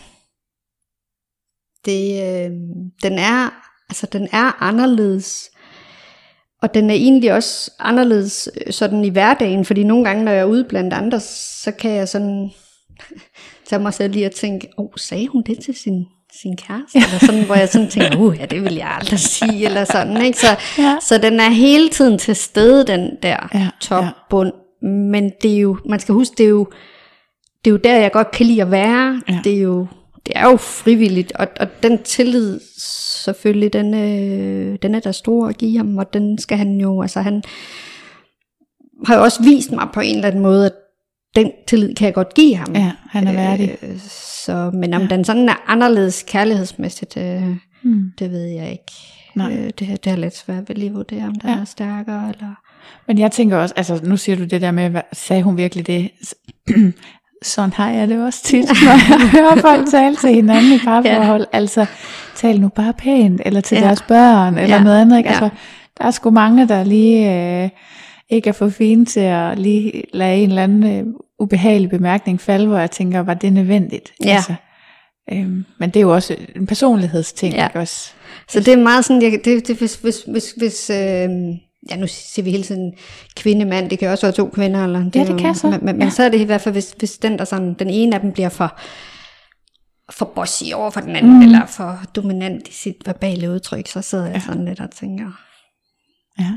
Den er anderledes. Og den er egentlig også anderledes sådan i hverdagen, fordi nogle gange, når jeg er ude blandt andre, så kan jeg sådan tage mig selv lige og tænke, sagde hun det til sin kæreste? Eller sådan, hvor jeg sådan tænker, det vil jeg aldrig sige, eller sådan, ikke? Så den er hele tiden til stede, den der topbund, men det er jo, man skal huske, det er jo det er jo der, jeg godt kan lide at være. Ja. Det er jo frivilligt, og den tillid, selvfølgelig, den er der stor at give ham, og den skal han jo, altså han har jo også vist mig på en eller anden måde, at den tillid kan jeg godt give ham. Ja, han er værdig. Men om den sådan er anderledes kærlighedsmæssigt, det ved jeg ikke. Det er lidt svært ved lige at vurdere, om der er stærkere, eller... Men jeg tænker også, altså nu siger du det der med, sagde hun virkelig det? Sådan har jeg det også tit, når jeg hører folk tale til hinanden i parforhold. Altså, tal nu bare pænt, eller til deres børn, eller noget andet. Ikke? Altså, der er sgu mange, der lige ikke er for fine til at lige lade en eller anden ubehagelig bemærkning falde, hvor jeg tænker, var det nødvendigt? Ja. Altså, men det er jo også en personlighedsting, ikke også? Så det er meget sådan, hvis nu siger vi hele tiden kvinde-mand, det kan også være 2 kvinder, eller det kan så. Men så er det i hvert fald, hvis den der sådan, den ene af dem bliver for bossy over for den anden, eller for dominant i sit verbale udtryk, så sidder jeg sådan lidt og tænker. Ja.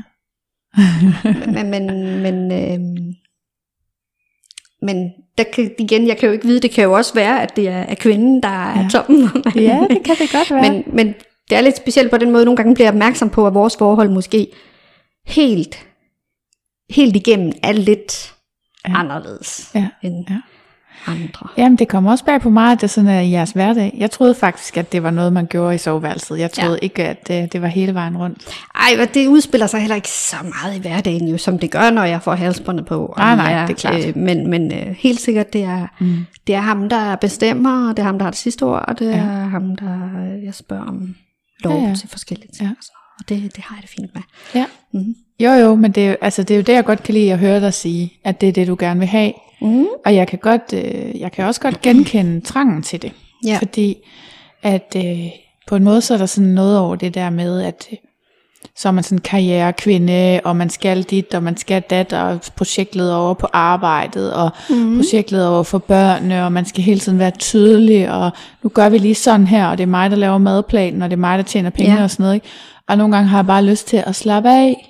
men der kan, igen, jeg kan jo ikke vide, det kan jo også være, at det er kvinden, der er toppen. Ja, det kan det godt være. Men det er lidt specielt på den måde, nogle gange bliver jeg opmærksom på, at vores forhold måske helt igennem er lidt anderledes end andre. Jamen det kommer også bag på mig, at det sådan er i jeres hverdag. Jeg troede faktisk, at det var noget, man gjorde i soveværelset. Jeg troede ikke, at det var hele vejen rundt. Ej, og det udspiller sig heller ikke så meget i hverdagen, jo, som det gør, når jeg får halsbåndet på. Nej, det er klart. Men helt sikkert, det er ham, der bestemmer, og det er ham, der har det sidste ord, og det er ham, der jeg spørger om lov til forskellige ting. Ja. Og det har jeg det fint med. Ja. Mm-hmm. Jo, men det er jo det, jeg godt kan lide at høre dig sige, at det er det, du gerne vil have. Mm. Og jeg kan også godt genkende trangen til det. Ja. Fordi at på en måde, så er der sådan noget over det der med, at så er man sådan en karrierekvinde, og man skal dit, og man skal dat, og projektleder over på arbejdet, og projektleder over for børnene, og man skal hele tiden være tydelig, og nu gør vi lige sådan her, og det er mig, der laver madplanen, og det er mig, der tjener penge og sådan noget, ikke? Og nogle gange har jeg bare lyst til at slappe af.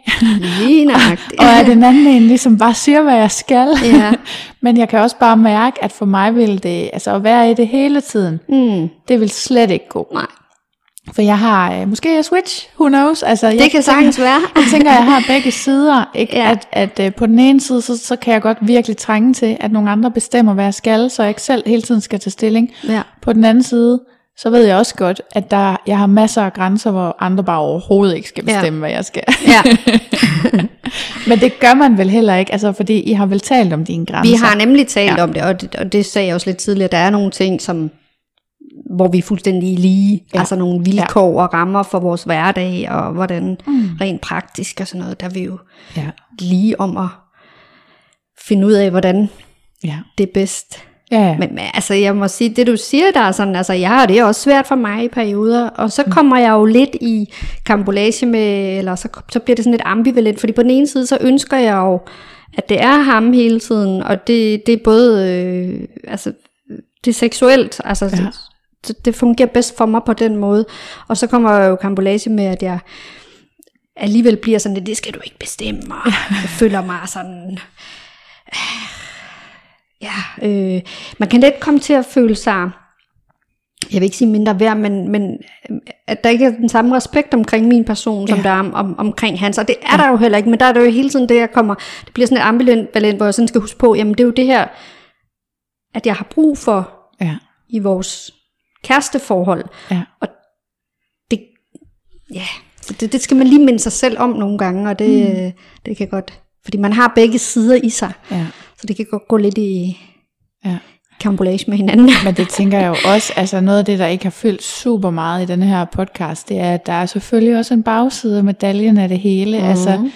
Og at den anden en ligesom bare siger, hvad jeg skal. Ja. Men jeg kan også bare mærke, at for mig vil det, altså at være i det hele tiden, det vil slet ikke gå. Nej. For jeg har, måske jeg switch, who knows? Altså, det kan sagtens være. Jeg tænker, jeg har begge sider. Ikke? Ja. At på den ene side, så kan jeg godt virkelig trænge til, at nogle andre bestemmer, hvad jeg skal, så jeg ikke selv hele tiden skal tage stilling. Ja. På den anden side, så ved jeg også godt, at jeg har masser af grænser, hvor andre bare overhovedet ikke skal bestemme, hvad jeg skal. Ja. Men det gør man vel heller ikke, altså fordi I har vel talt om dine grænser. Vi har nemlig talt om det, og det sagde jeg også lidt tidligere. Der er nogle ting, hvor vi er fuldstændig lige, altså nogle vilkår og rammer for vores hverdag, og hvordan rent praktisk og sådan noget, der er vi jo lige om at finde ud af, hvordan det er bedst. Ja. Men altså jeg må sige, det du siger der er sådan, altså det er også svært for mig i perioder, og så kommer jeg jo lidt i karambolage med, eller så bliver det sådan lidt ambivalent, fordi på den ene side, så ønsker jeg jo, at det er ham hele tiden, og det er både, altså det er seksuelt, altså det fungerer bedst for mig på den måde, og så kommer jeg jo karambolage med, at jeg alligevel bliver sådan, det skal du ikke bestemme, og jeg føler mig sådan... man kan let komme til at føle sig, jeg vil ikke sige mindre værd, men at der ikke er den samme respekt omkring min person, som der er omkring hans, og det er der jo heller ikke, men der er det jo hele tiden det, det bliver sådan et ambivalent, hvor jeg sådan skal huske på, jamen det er jo det her, at jeg har brug for i vores kæresteforhold, og det skal man lige minde sig selv om nogle gange, og det kan godt, fordi man har begge sider i sig, så det kan godt gå lidt i karambolage med hinanden. Men det tænker jeg jo også, altså noget af det, der ikke har fyldt super meget i denne her podcast, det er, at der er selvfølgelig også en bagside af medaljen af det hele. Altså,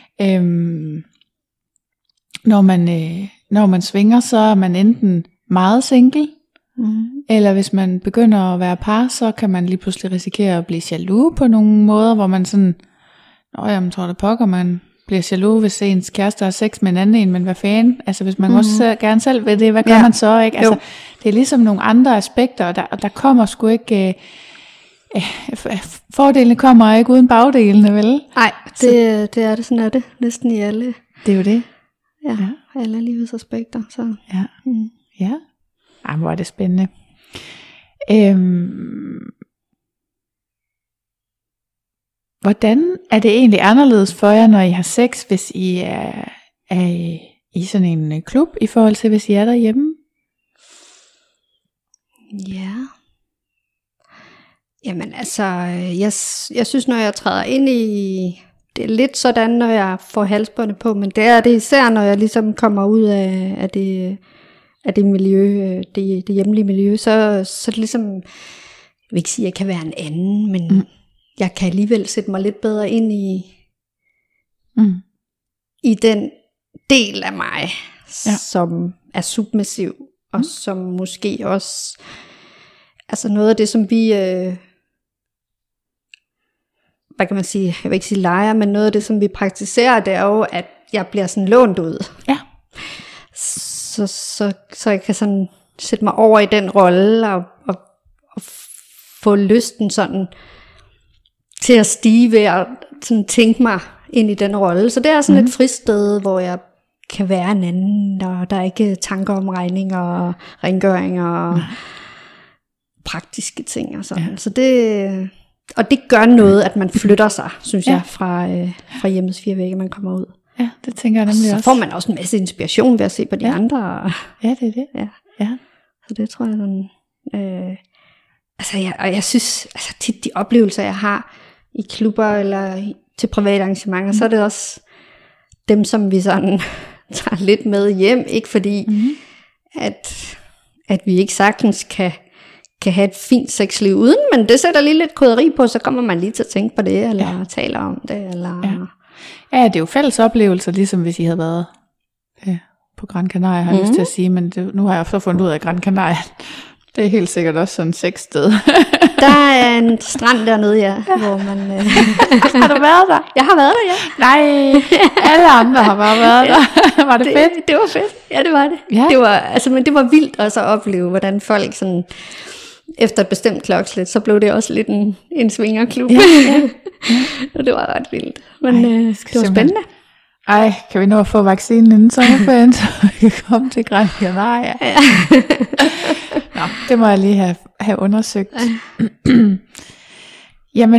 når man svinger, så er man enten meget single, eller hvis man begynder at være par, så kan man lige pludselig risikere at blive jaloux på nogle måder, hvor man sådan, jeg tror det pokker, man bliver jaloux, hvis ens kæreste har sex med en anden en, men hvad fanden? Altså hvis man også gerne selv ved det, hvad gør man så? Ikke? Altså, det er ligesom nogle andre aspekter, og der kommer sgu ikke... fordelene kommer ikke uden bagdelene, vel? Nej, det er det, sådan er det næsten i alle. Det er jo det. Ja. Alle livets aspekter. Så. Ja. Ej, hvor er det spændende. Hvordan er det egentlig anderledes for jer, når I har sex, hvis I er i sådan en klub, i forhold til hvis I er derhjemme? Ja. Jamen altså, jeg synes, når jeg træder ind i... Det er lidt sådan, når jeg får halsbåndet på, men det er det især, når jeg ligesom kommer ud af det miljø, det hjemlige miljø, så er det ligesom... Jeg vil ikke sige, at jeg kan være en anden, men jeg kan alligevel sætte mig lidt bedre ind i den del af mig, som er submissiv, og som måske også... Altså noget af det, som vi... hvad kan man sige, jeg vil ikke sige leger, men noget af det, som vi praktiserer, det er jo, at jeg bliver sådan lånt ud. Ja. Så jeg kan sådan sætte mig over i den rolle, og få lysten sådan til at stige ved at sådan tænke mig ind i den rolle. Så det er sådan et fristed, hvor jeg kan være en anden, og der er ikke tanker om regninger og rengøring og praktiske ting og sådan. Ja. Så det... Og det gør noget, at man flytter sig, synes jeg, fra hjemmets 4 vægge, man kommer ud. Ja, det tænker jeg nemlig også. Så får man også en masse inspiration ved at se på de andre. Ja, det er det. Ja. Så det tror jeg sådan... jeg synes, altså tit de oplevelser, jeg har i klubber eller til private arrangementer, så er det også dem, som vi sådan tager lidt med hjem. Ikke fordi, at vi ikke sagtens kan have et fint sexliv uden, men det sætter lige lidt krydderi på, så kommer man lige til at tænke på det, eller taler om det, eller... Ja, det er jo fælles oplevelser, ligesom hvis I havde været på Gran Canaria, har jeg lyst til at sige, men nu har jeg så fundet ud af Gran Canaria. Det er helt sikkert også sådan et sexsted. Der er en strand dernede, hvor man... Har du været der? Jeg har været der, ja. Nej, alle andre har bare været der. Var det fedt? Det var fedt, ja, det var det. Ja. Men det var vildt også at opleve, hvordan folk sådan... Efter et bestemt klokkeslæt, så blev det også lidt en svingerklub. Ja. Og det var ret vildt. Men det var spændende. Ej, kan vi nå at få vaccinen inden sommerferien, så vi kan komme til Gran Canaria? Ja. Nå, det må jeg lige have undersøgt. Jamen,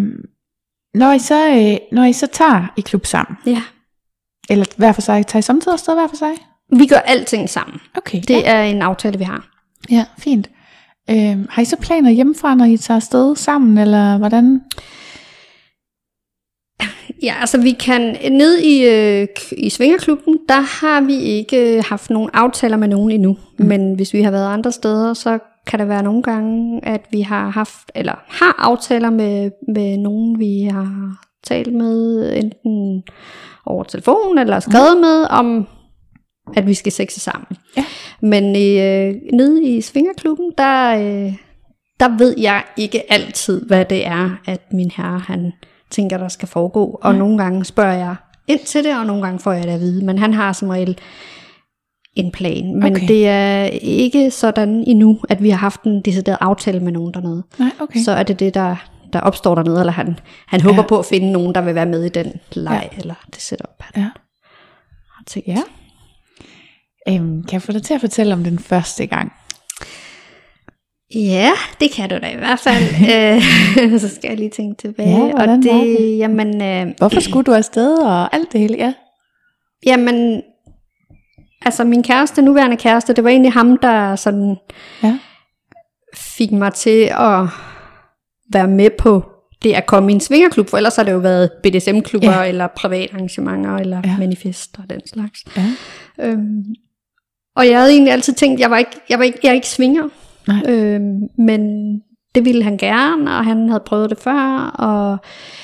når I så tager i klub sammen, eller hver for sig, tager I samtidig afsted hver for sig? Vi gør alting sammen. Okay. Det er en aftale, vi har. Ja, fint. Har I så planer hjemmefra, når I tager afsted sammen, eller hvordan? Ja, altså vi kan ned i svingerklubben, der har vi ikke haft nogen aftaler med nogen endnu. Men hvis vi har været andre steder, så kan det være nogle gange, at vi har haft, eller har aftaler med nogen, vi har talt med, enten over telefon eller skrevet med, om at vi skal sexe sammen. Ja. Men nede i svingerklubben, der ved jeg ikke altid, hvad det er, at min herre, han tænker, der skal foregå. Og nogle gange spørger jeg ind til det, og nogle gange får jeg det at vide. Men han har som regel en plan. Men det er ikke sådan endnu, at vi har haft en decideret aftale med nogen dernede. Nej, okay. Så er det, der opstår dernede, eller han håber på at finde nogen, der vil være med i den leg, eller det setup, han har tænkt. Ja. Kan jeg få dig til at fortælle om den første gang? Ja, det kan du da i hvert fald. Så skal jeg lige tænke tilbage. Ja, og det, jamen, hvorfor skulle du afsted og alt det hele? Ja. Jamen, altså min nuværende kæreste, det var egentlig ham, der sådan fik mig til at være med på det at komme i en svingerklub, for ellers har det jo været BDSM-klubber eller private arrangementer eller manifester og den slags. Ja. Og jeg havde egentlig altid tænkt, jeg er ikke svinger. Men det ville han gerne, og han havde prøvet det før, og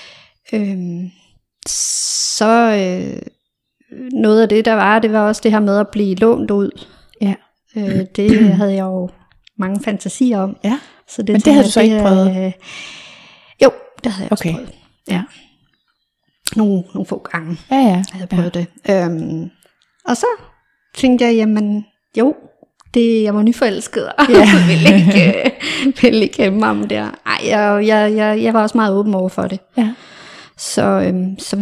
noget af det der var, det var også det her med at blive lånt ud. Ja. Det havde jeg jo mange fantasier om. Ja. Så det, men det havde du så ikke prøvet? Jo, det havde jeg også prøvet. Ja. Nogle få gange havde jeg prøvet det. Og så tænkte jeg, jamen jo, jeg var nyforelsket, og ville ikke hæmme ham der. Jeg var også meget åben over for det. Ja. Så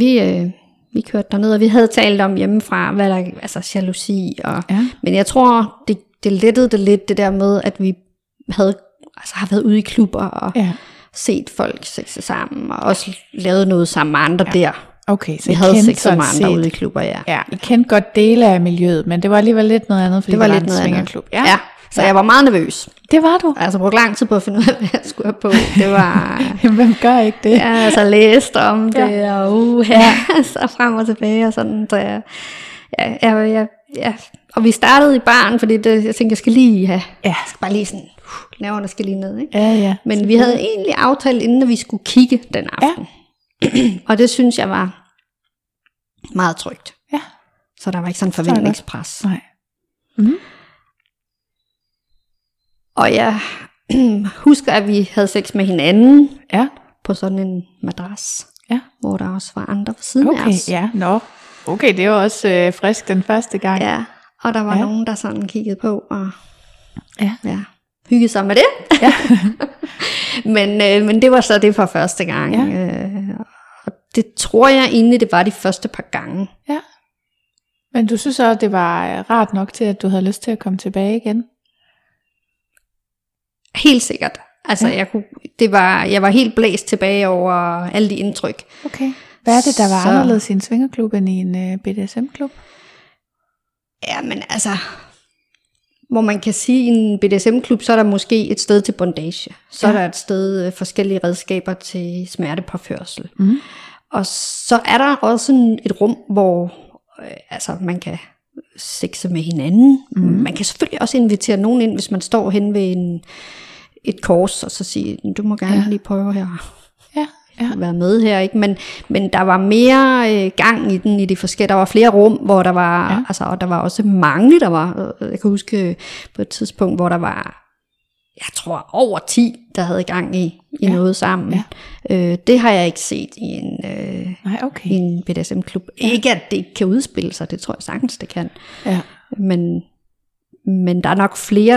vi kørte derned, og vi havde talt om hjemmefra, hvad der, altså jalousi. Men jeg tror, det lettede det lidt, det der med, at vi har været ude i klubber og set folk sexe sammen, og også lavet noget sammen med andre der. Okay, så vi havde sexet med andre ude i klubber, Ja, I kendte godt dele af miljøet, men det var alligevel lidt noget andet, fordi det var lidt en svingerklub. Ja, så jeg var meget nervøs. Det var du? Altså, brugte lang tid på at finde ud af, hvad jeg skulle have på. Det var... Jamen, hvem gør ikke det? Ja, altså læste om det, og så frem og tilbage, og sådan, så og vi startede i baren, fordi jeg tænkte, jeg skal lige have, jeg skal bare lige sådan, nerverne skal lige ned, ikke? Ja. Men vi havde egentlig aftalt, inden vi skulle kigge den aften. Ja. Og det synes jeg var meget trygt. Ja. Så der var ikke sådan en forventningspres. Nej. Mm. Og jeg husker, at vi havde sex med hinanden på sådan en madras, hvor der også var andre på siden af os. Okay, det var også frisk den første gang. Ja, og der var nogen, der sådan kiggede på og hyggede sig med det. Ja. men det var så det for første gang. Ja. Og det tror jeg egentlig, det var de første par gange. Ja. Men du synes også, det var rart nok til, at du havde lyst til at komme tilbage igen? Helt sikkert. Altså, jeg var helt blæst tilbage over alle de indtryk. Okay. Hvad er det, der var anderledes i en svingerklub end i en BDSM-klub? Ja, men altså, hvor man kan sige, i en BDSM-klub, så er der måske et sted til bondage. Så er der et sted forskellige redskaber til smertepåførsel. Mm. Og så er der også et rum, hvor man kan sexe med hinanden. Mm. Man kan selvfølgelig også invitere nogen ind, hvis man står hen ved et kors, og så sige, du må gerne lige prøve her. Være med her, ikke? Men der var mere gang i den, i de forskellige. Der var flere rum, hvor der var, og der var også mange, der var. Jeg kan huske på et tidspunkt, hvor der var, jeg tror over 10, der havde gang i noget sammen. Ja. Det har jeg ikke set i en BDSM-klub. Ikke at det ikke kan udspille sig, det tror jeg sagtens det kan. Ja. Men der er nok flere,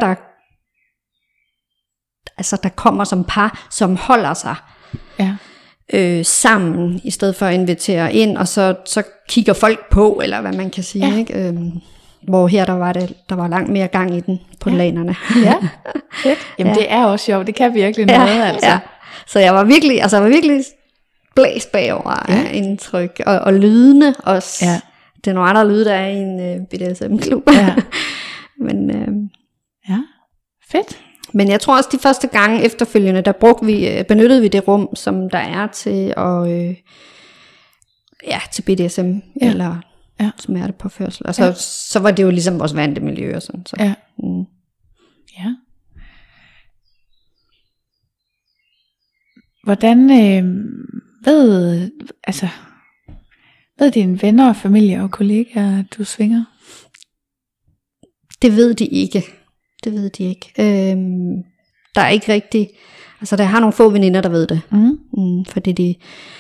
der kommer som par, som holder sig. Ja. Sammen, i stedet for at invitere ind, og så kigger folk på, eller hvad man kan sige, ikke? Hvor her der var langt mere gang i den på lanerne. Ja, fedt. Jamen det er også sjovt, det kan virkelig noget, altså. Ja. Så jeg var virkelig blæst bagover af indtryk, og lydende også. Ja. Det er nogle andre lyde, der er i en BDSM-klub. Ja. Men fedt. Men jeg tror også, de første gange efterfølgende, der benyttede vi det rum, som der er til til BDSM, eller smertepåførsel. Og så var det jo ligesom vores vante miljø og sådan. Så. Ja. Mm. Ja. Hvordan ved dine venner og familie og kollegaer, at du svinger? Det ved de ikke. Der er ikke rigtig, der har nogle få veninder, der ved det. Fordi de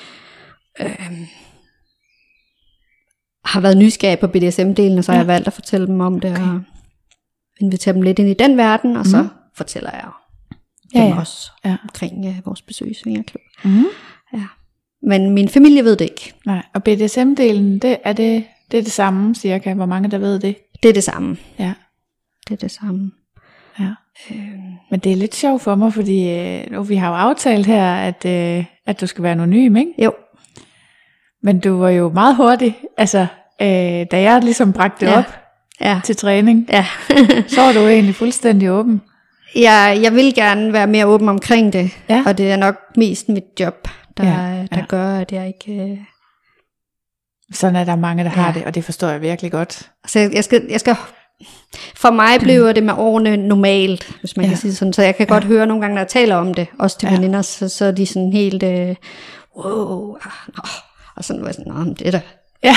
har været nysgerrige på BDSM-delen, og så har jeg valgt at fortælle dem om det, og invitere dem lidt ind i den verden, og så fortæller jeg dem også omkring vores besøg i svingerklub. Ja. Men min familie ved det ikke. Nej, og BDSM-delen, det er det samme cirka, hvor mange der ved det? Det er det samme. Ja. Det er det samme. Ja. Men det er lidt sjovt for mig, fordi vi har jo aftalt her, at du skal være anonym, ikke? Jo. Men du var jo meget hurtig, da jeg ligesom bragte det op til træning, så var du egentlig fuldstændig åben. Jeg vil gerne være mere åben omkring det, og det er nok mest mit job, der gør, at jeg ikke... Sådan er der mange, der har det, og det forstår jeg virkelig godt. Så jeg skal for mig bliver det med årene normalt, hvis man kan sige sådan. Så jeg kan godt høre nogle gange, når jeg taler om det, også til veninder, så er de sådan helt, wow, og sådan var sådan, det er der. Ja.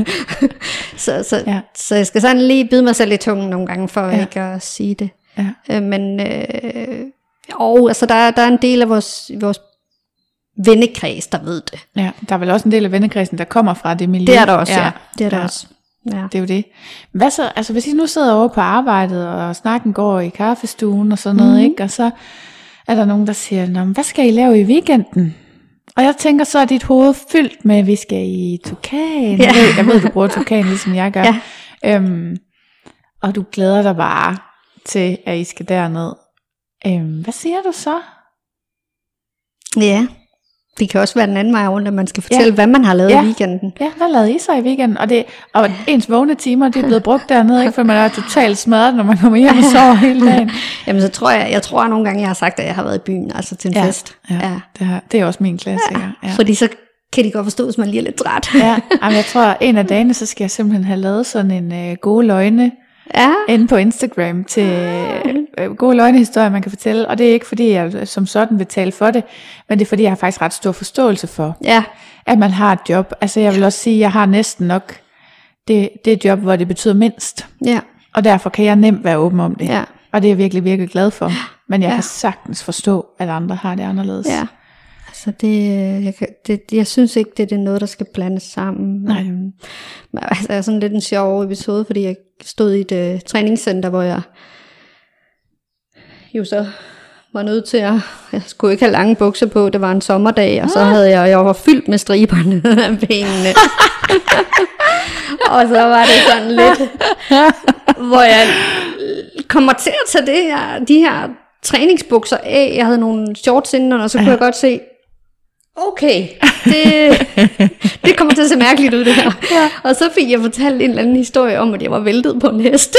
så jeg skal sådan lige bide mig selv i tungen nogle gange, for ikke at sige det. Ja. Men der er en del af vores vennekreds, der ved det. Ja, der er vel også en del af vennekredsen, der kommer fra det miljø. Det er der også, det er der også. Ja. Det er jo det. Hvad så, hvis I nu sidder over på arbejdet, og snakken går i kaffestuen og sådan noget, ikke? Og så er der nogen, der siger, hvad skal I lave i weekenden? Og jeg tænker, så er dit hoved fyldt med, at vi skal i Tukan. Jeg ved, du bruger Tukan, ligesom jeg gør. Ja. Og du glæder dig bare. til, at I skal derned. Hvad siger du så? Ja, det kan også være den anden vej rundt, at man skal fortælle, hvad man har lavet i weekenden. Ja, hvad lavede I så i weekenden? Og ens vågne timer, det er blevet brugt dernede, ikke? For man er totalt smadret, når man kommer hjem og sover hele dagen. Jamen så tror jeg nogle gange, jeg har sagt, at jeg har været i byen, altså til en fest. Ja. Det er også min klassiker. Ja. Fordi så kan de godt forstå, hvis man lige er lidt træt. Jamen, jeg tror, en af dagene, så skal jeg simpelthen have lavet sådan en gode løgne inde på Instagram til gode løgnehistorier, man kan fortælle. Og det er ikke, fordi jeg som sådan vil tale for det, men det er, fordi jeg har faktisk ret stor forståelse for, at man har et job. Altså, jeg vil også sige, at jeg har næsten nok det job, hvor det betyder mindst. Ja. Og derfor kan jeg nemt være åben om det. Ja. Og det er jeg virkelig, virkelig glad for. Men jeg kan sagtens forstå, at andre har det anderledes. Ja. Altså jeg synes ikke, det er noget, der skal blandes sammen. Nej. Altså, det er sådan lidt en sjov episode, fordi jeg stod i et træningscenter, hvor jeg jo så var nødt til jeg skulle ikke have lange bukser på, det var en sommerdag, og så havde jeg var fyldt med striber ned af benene. Og så var det sådan lidt, hvor jeg kommer til at tage de her træningsbukser af. Jeg havde nogle shorts inden, og så kunne jeg godt se, okay, det kommer til at se mærkeligt ud det her. Ja. Og så fik jeg fortalt en eller anden historie om, at jeg var væltet på en hest.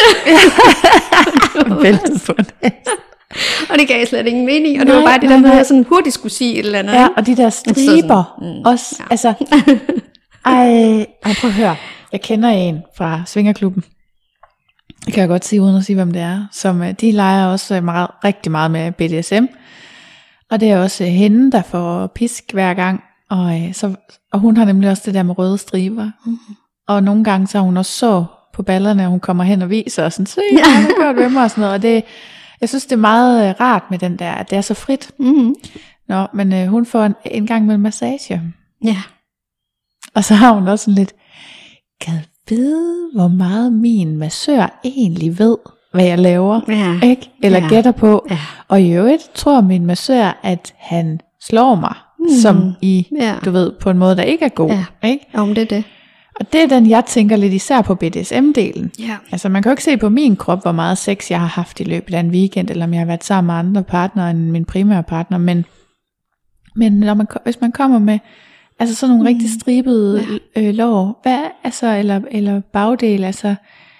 Væltet på en hest. Og det gav slet ingen mening. Og det var bare det der med, at jeg sådan hurtigt skulle sige et eller andet. Ja, og de der striber også. Ja. Altså, prøv at høre. Jeg kender en fra Svingerklubben. Det kan jeg godt sige, uden at sige, hvem det er. Som, de leger også rigtig meget med BDSM. Og det er også hende, der får pisk hver gang. Og hun har nemlig også det der med røde striber. Mm-hmm. Og nogle gange så har hun også så på ballerne, og hun kommer hen og viser og sådan, se, jeg har gjort ved mig og sådan noget. Og det, jeg synes, det er meget rart med den der, at det er så frit. Mm-hmm. Nå, men hun får en gang med en massage. Ja. Og så har hun også sådan lidt, kan vide, hvor meget min massør egentlig ved, hvad jeg laver, ikke? Eller gætter på. Ja. Og i øvrigt tror min massør, at han slår mig, som i, du ved, på en måde, der ikke er god. Ja. Ikke? Om det er det. Og det er den, jeg tænker lidt især på BDSM-delen. Ja. Altså man kan jo ikke se på min krop, hvor meget sex jeg har haft i løbet af en weekend, eller om jeg har været sammen med andre partnere end min primære partner. Men hvis man kommer med altså sådan nogle rigtig stribede lår, hvad, altså, eller bagdel, altså,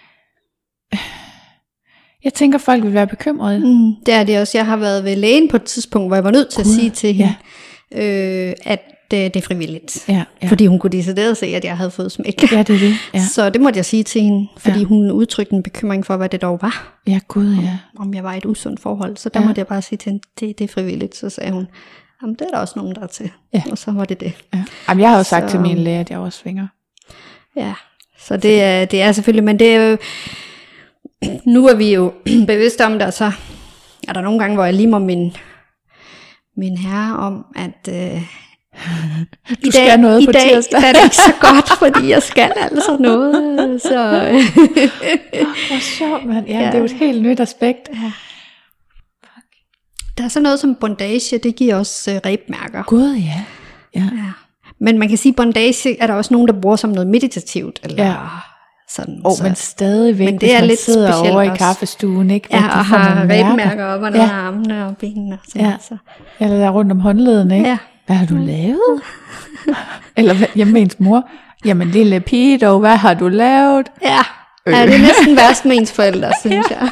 jeg tænker, folk vil være bekymrede. Det er det også. Jeg har været ved lægen på et tidspunkt, hvor jeg var nødt til at sige til hende, at det er frivilligt. Ja. Fordi hun kunne decideret se, at jeg havde fået smæk. Ja, det er det. Ja. Så det måtte jeg sige til hende, fordi hun udtrykte en bekymring for, hvad det dog var. Ja, gud, ja. Om jeg var i et usundt forhold. Så der måtte jeg bare sige til hende, det er frivilligt. Så sagde hun, jamen det er der også nogen, der er til. Ja. Og så var det det. Ja. Jamen, jeg har jo sagt til min læge, at jeg også svinger. Ja, så det er selvfølgelig, men det er jo, nu er vi jo bevidste om det, og så er der nogle gange, hvor jeg lige må min herre om, at du skal noget på tirsdag. I dag er det ikke så godt, fordi jeg skal altså noget. Så. Hvor sjovt, mand. Ja, det er jo et helt nyt aspekt. Ja. Der er så noget som bondage, det giver også rebmærker. Gud, ja. Men man kan sige, bondage er der også nogen, der bruger som noget meditativt. Eller sådan. Men stadigvæk, men det er lidt sidder specielt over i kaffestuen, ikke? Ja, og har rebmærker op under armene og benene. Og sådan, så. Eller der rundt om håndleden, ikke? Ja. Hvad har du lavet? Eller hjemme med ens mor. Jamen lille pige dog, hvad har du lavet? Ja, det er næsten værst med ens forældre, synes jeg.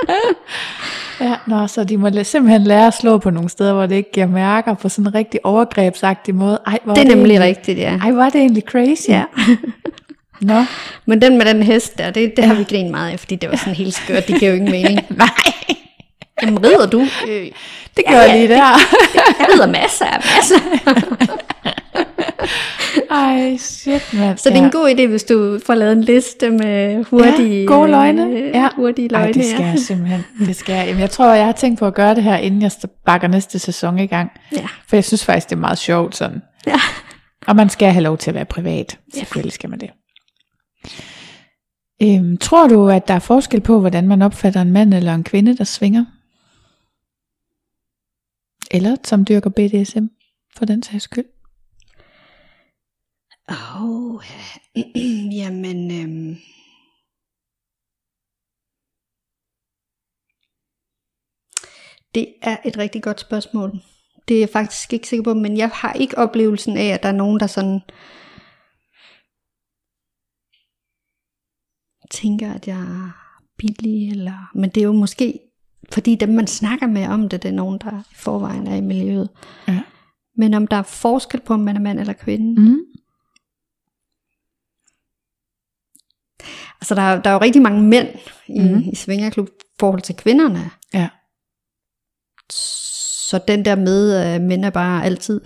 Ja, så de må simpelthen lære at slå på nogle steder, hvor det ikke giver mærker på sådan en rigtig overgrebsagtig måde. Ej, det er nemlig rigtigt, ja. Ej, hvor er det egentlig crazy. Ja. Nå. Men den med den hest der, det har vi grinet meget af, fordi det var sådan helt skørt, det giver jo ingen mening. Nej. Jamen rider du? Det gør jeg lige der. Jeg rider masser. Ej, shit, mand. Så det er en god idé, hvis du får lavet en liste med hurtige, gode løgne. Hurtige løgne. Ej, det skal jeg simpelthen. Det skal jeg. Jamen, jeg tror, jeg har tænkt på at gøre det her, inden jeg bakker næste sæson i gang. Ja. For jeg synes faktisk, det er meget sjovt sådan. Ja. Og man skal have lov til at være privat. Selvfølgelig skal man det. Tror du, at der er forskel på, hvordan man opfatter en mand eller en kvinde, der svinger? Eller som dyrker BDSM, for den sags skyld? Jamen... Det er et rigtig godt spørgsmål. Det er jeg faktisk ikke sikker på, men jeg har ikke oplevelsen af, at der er nogen, der sådan tænker, at jeg er billig, eller... Men det er jo måske, fordi dem man snakker med om det, det er nogen, der i forvejen er i miljøet. Ja. Men om der er forskel på, om man er mand eller kvinde. Mm. Altså der er jo rigtig mange mænd i svingerklub i forhold til kvinderne. Ja. Så den der med, at mænd er bare altid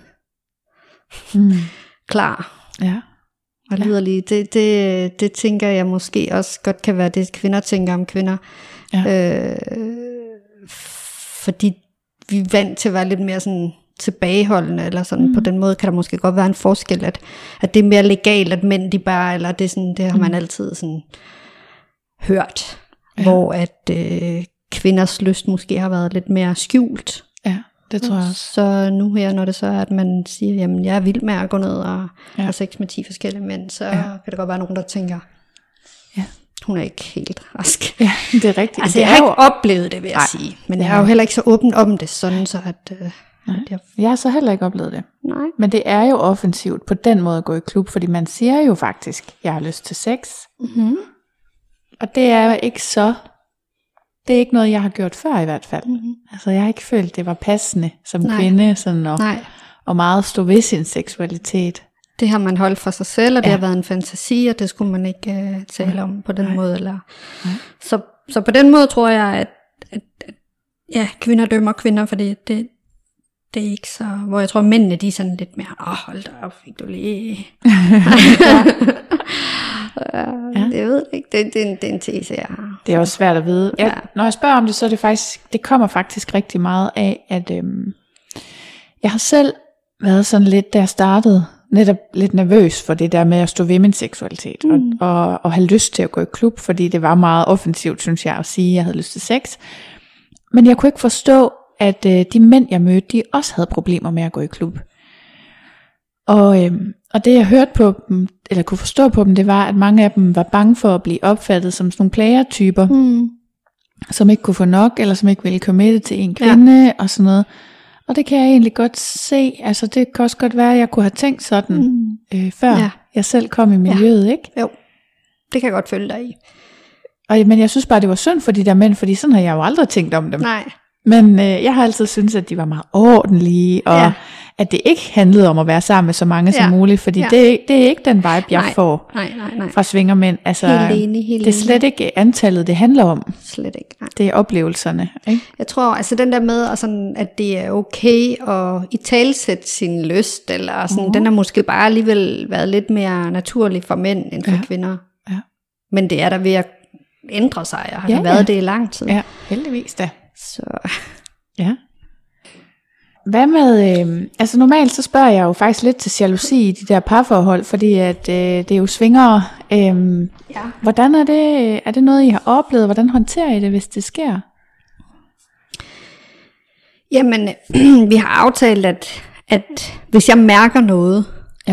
klar. Ja. Og liderlige, det tænker jeg måske også godt kan være det, kvinder tænker om kvinder. Ja. Fordi vi er vant til at være lidt mere sådan tilbageholdende, eller sådan på den måde kan der måske godt være en forskel, at det er mere legalt, at mænd de bare, eller det, er sådan, det har man altid sådan hørt, hvor at kvinders lyst måske har været lidt mere skjult. Ja, det tror jeg også. Så nu her, når det så er, at man siger, jamen jeg er vild med at gå ned og have sex med 10 forskellige mænd, så kan der godt være nogen, der tænker, hun er ikke helt rask. Ja, det er rigtigt. Altså jeg har ikke oplevet det, vil jeg sige, men jeg er jo heller ikke så åben om det, sådan så at... Jeg har så heller ikke oplevet det. Nej. Men det er jo offensivt på den måde at gå i klub, fordi man siger jo faktisk, jeg har lyst til sex. Mm-hmm. Og det er ikke så, det er ikke noget, jeg har gjort før i hvert fald. Mm-hmm. Altså jeg har ikke følt, det var passende som kvinde, sådan og meget stå ved sin seksualitet. Det har man holdt for sig selv, og det har været en fantasi, og det skulle man ikke tale om på den måde. Eller. Så på den måde tror jeg, at kvinder dømmer kvinder, fordi det er ikke så, hvor jeg tror mændene de er sådan lidt mere, hold da op, fik du lige. Jeg ved ikke, det er en tese, jeg har. Det er også svært at vide. Når jeg spørger om det, så er det faktisk, det kommer faktisk rigtig meget af, at jeg har selv været sådan lidt, da jeg startede, netop lidt nervøs for det der med at stå ved min seksualitet, og have lyst til at gå i klub, fordi det var meget offensivt, synes jeg, at sige, at jeg havde lyst til sex. Men jeg kunne ikke forstå, at de mænd, jeg mødte, de også havde problemer med at gå i klub. Og det, jeg hørte på dem, eller kunne forstå på dem, det var, at mange af dem var bange for at blive opfattet som sådan nogle plagertyper, som ikke kunne få nok, eller som ikke ville komme til en kvinde, og sådan noget. Og det kan jeg egentlig godt se, altså det kan også godt være, at jeg kunne have tænkt sådan, før jeg selv kom i miljøet, ikke? Jo, det kan jeg godt følge dig i. Men jeg synes bare, det var synd for de der mænd, fordi sådan har jeg jo aldrig tænkt om dem. Nej. Men jeg har altid syntes, at de var meget ordentlige, og at det ikke handlede om at være sammen med så mange som muligt, fordi det er ikke den vibe, jeg får fra svingermænd. Altså, det er slet ikke antallet, det handler om. Slet ikke. Nej. Det er oplevelserne. Ikke? Jeg tror, altså den der med, og sådan, at det er okay at italesætte sin lyst, eller sådan, den har måske bare alligevel været lidt mere naturlig for mænd end for kvinder. Ja. Men det er der ved at ændre sig, og har været det i lang tid. Ja, heldigvis da. Så. Ja. Hvad med, altså normalt så spørger jeg jo faktisk lidt til jalousi i de der parforhold, fordi at det er jo svingere. Hvordan er det noget, I har oplevet? Hvordan håndterer I det, hvis det sker? Jamen, vi har aftalt, at hvis jeg mærker noget,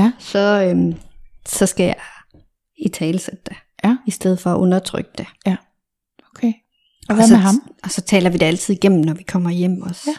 så skal jeg italesætte det, i stedet for at undertrykke det. Ja, okay. Og hvad med ham? Og så taler vi det altid igennem, når vi kommer hjem også.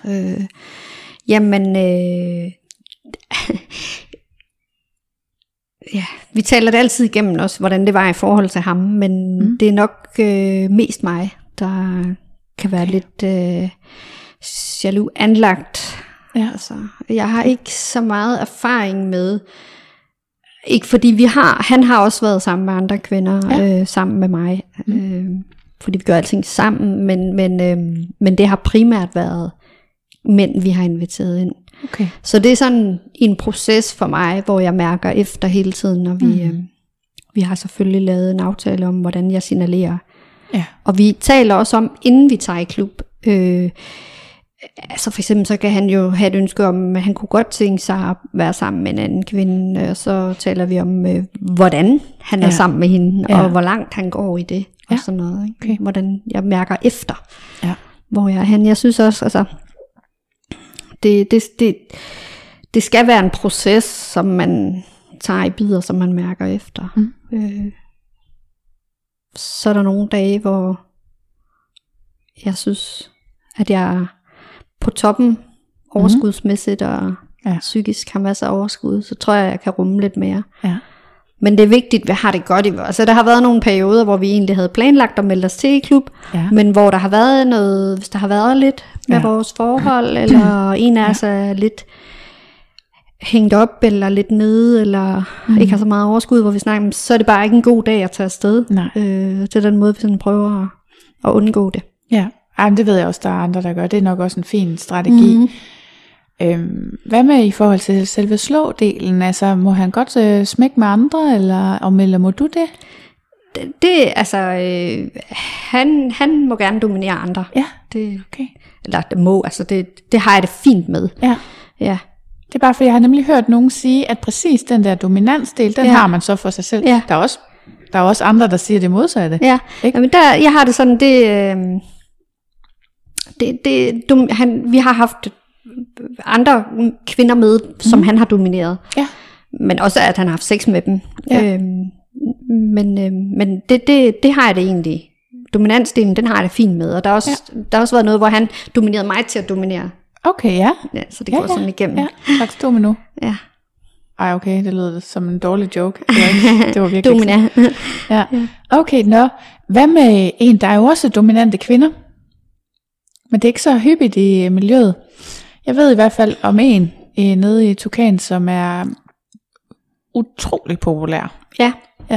Vi taler det altid igennem også, hvordan det var i forhold til ham, men det er nok mest mig, der kan være lidt jaloux anlagt. Ja. Altså, jeg har ikke så meget erfaring med, ikke fordi han har også været sammen med andre kvinder, sammen med mig, fordi vi gør alting sammen, men det har primært været mænd, vi har inviteret ind. Okay. Så det er sådan en proces for mig, hvor jeg mærker efter hele tiden, og vi har selvfølgelig lavet en aftale om, hvordan jeg signalerer. Ja. Og vi taler også om, inden vi tager i klub, altså for eksempel så kan han jo have et ønske om, at han kunne godt tænke sig at være sammen med en anden kvinde, og så taler vi om, hvordan han er sammen med hende, og hvor langt han går i det, og sådan noget. Ikke? Okay. Hvordan jeg mærker efter, hvor jeg er hen. Jeg synes også, altså, det skal være en proces, som man tager i bidder, som man mærker efter. Så er der nogle dage, hvor jeg synes, at jeg på toppen overskudsmæssigt og psykisk har masser af overskud, så tror jeg kan rumme lidt mere. Ja. Men det er vigtigt, at vi har det godt i vores. Altså, der har været nogle perioder, hvor vi egentlig havde planlagt at melde os til i klub, men hvor der har været noget, hvis der har været lidt med vores forhold, eller en af os er lidt hængt op, eller lidt nede, eller ikke har så meget overskud, hvor vi snakker, så er det bare ikke en god dag at tage afsted. Til den måde, vi sådan prøver at undgå det. Ja, men det ved jeg også, der er andre, der gør. Det er nok også en fin strategi. Hvad med i forhold til selve slå-delen? Altså, må han godt smække med andre, eller må du det? Han må gerne dominere andre. Ja, det, okay. Eller det må, altså det har jeg det fint med. Ja. Det er bare, fordi jeg har nemlig hørt nogen sige, at præcis den der dominansdel, den har man så for sig selv. Ja. Der er også andre, der siger det modsatte. Ja, men jeg har det sådan, vi har haft andre kvinder med, som han har domineret. Ja. Men også, at han har haft sex med dem. Ja. Men det har jeg det egentlig. Dominansdelen, den har jeg det fint med. Og der har også været noget, hvor han dominerede mig til at dominere. Okay, ja. Så det går sådan igennem. Ja, slags domino. Ja. Ej, okay, det lyder som en dårlig joke. Det var virkelig Domina. Ja. Okay, hvad med en, der er jo også dominante kvinder? Men det er ikke så hyppigt i miljøet. Jeg ved i hvert fald om en nede i Tukan, som er utrolig populær. Ja.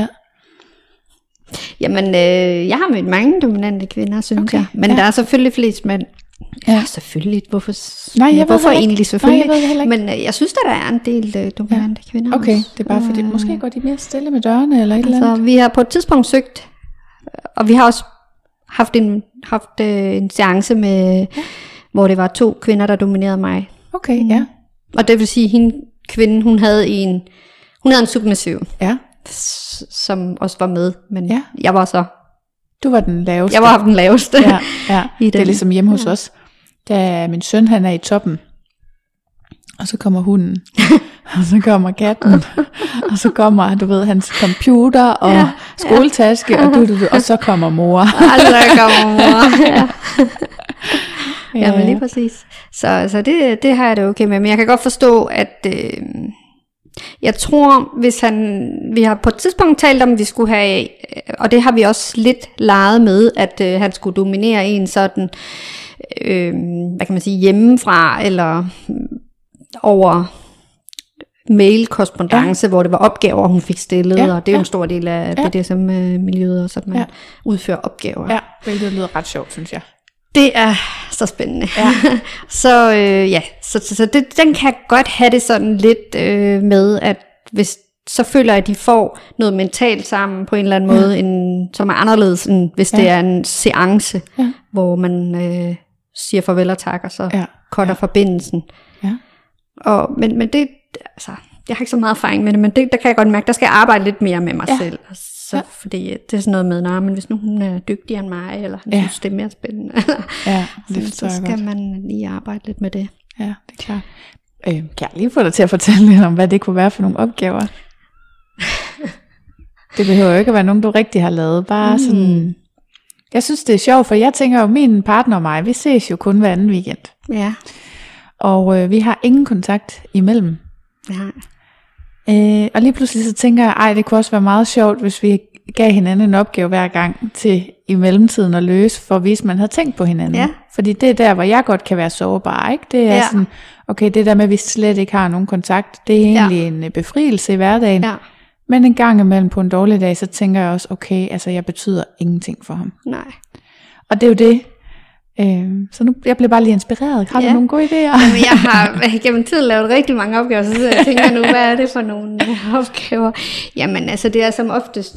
Jamen, jeg har mødt mange dominante kvinder, synes jeg. Men der er selvfølgelig flest mænd. Ja, selvfølgelig. Hvorfor egentlig selvfølgelig? Nej, jeg men jeg synes, der er en del dominante kvinder. Okay, det er bare fordi, måske går de mere stille med dørene, eller et eller andet. Vi har på et tidspunkt søgt, og vi har også haft en seance med, hvor det var 2 kvinder, der dominerede mig. Okay, ja. Og det vil sige, kvinden, hun havde en submissiv, som også var med, men jeg var så... Du var den laveste. Jeg var den laveste. Ja. Det er ligesom hjemme hos os. Da min søn, han er i toppen, og så kommer hunden, og så kommer katten, og så kommer, du ved, hans computer og skoletaske, og så kommer mor. Og så kommer mor, Ja, men lige præcis. Så det har jeg det okay med, men jeg kan godt forstå, at jeg tror, vi har på et tidspunkt talt om, at vi skulle have, og det har vi også lidt leget med, at han skulle dominere en sådan, hvad kan man sige, hjemmefra, eller over mail-korrespondance, hvor det var opgaver, hun fik stillet, og det er jo en stor del af BDSM-miljøet, så man udfører opgaver. Ja, det lyder ret sjovt, synes jeg. Det er så spændende. Ja. Så den kan godt have det sådan lidt med, at hvis så føler jeg, at de får noget mentalt sammen på en eller anden måde, som er anderledes, end hvis det er en seance, hvor man siger farvel og tak, og så cutter forbindelsen. Ja. Men det, altså, jeg har ikke så meget erfaring med det, men der kan jeg godt mærke, der skal jeg arbejde lidt mere med mig selv. Så, fordi det er sådan noget med, men hvis nu hun er dygtigere end mig, eller han synes, det er mere spændende, så skal man lige arbejde lidt med det. Ja, det er klart. Kan jeg lige få dig til at fortælle lidt om, hvad det kunne være for nogle opgaver? Det behøver jo ikke at være nogen, du rigtig har lavet. Bare sådan... Jeg synes, det er sjovt, for jeg tænker jo, min partner og mig, vi ses jo kun hver anden weekend. Ja. Og vi har ingen kontakt imellem. Ja. Og lige pludselig så tænker jeg, det kunne også være meget sjovt, hvis vi gav hinanden en opgave hver gang til i mellemtiden at løse, for at vise, at man havde tænkt på hinanden. Ja. Fordi det er der, hvor jeg godt kan være sårbar, ikke? Det er sådan, okay, det der med, at vi slet ikke har nogen kontakt, det er egentlig en befrielse i hverdagen. Ja. Men en gang imellem på en dårlig dag, så tænker jeg også, okay, altså jeg betyder ingenting for ham. Nej. Og det er jo det. Så nu, jeg bliver bare lige inspireret. Har du nogle gode idéer? Jamen, jeg har gennem tiden lavet rigtig mange opgaver, så jeg tænker nu, hvad er det for nogle opgaver? Jamen altså, det er som oftest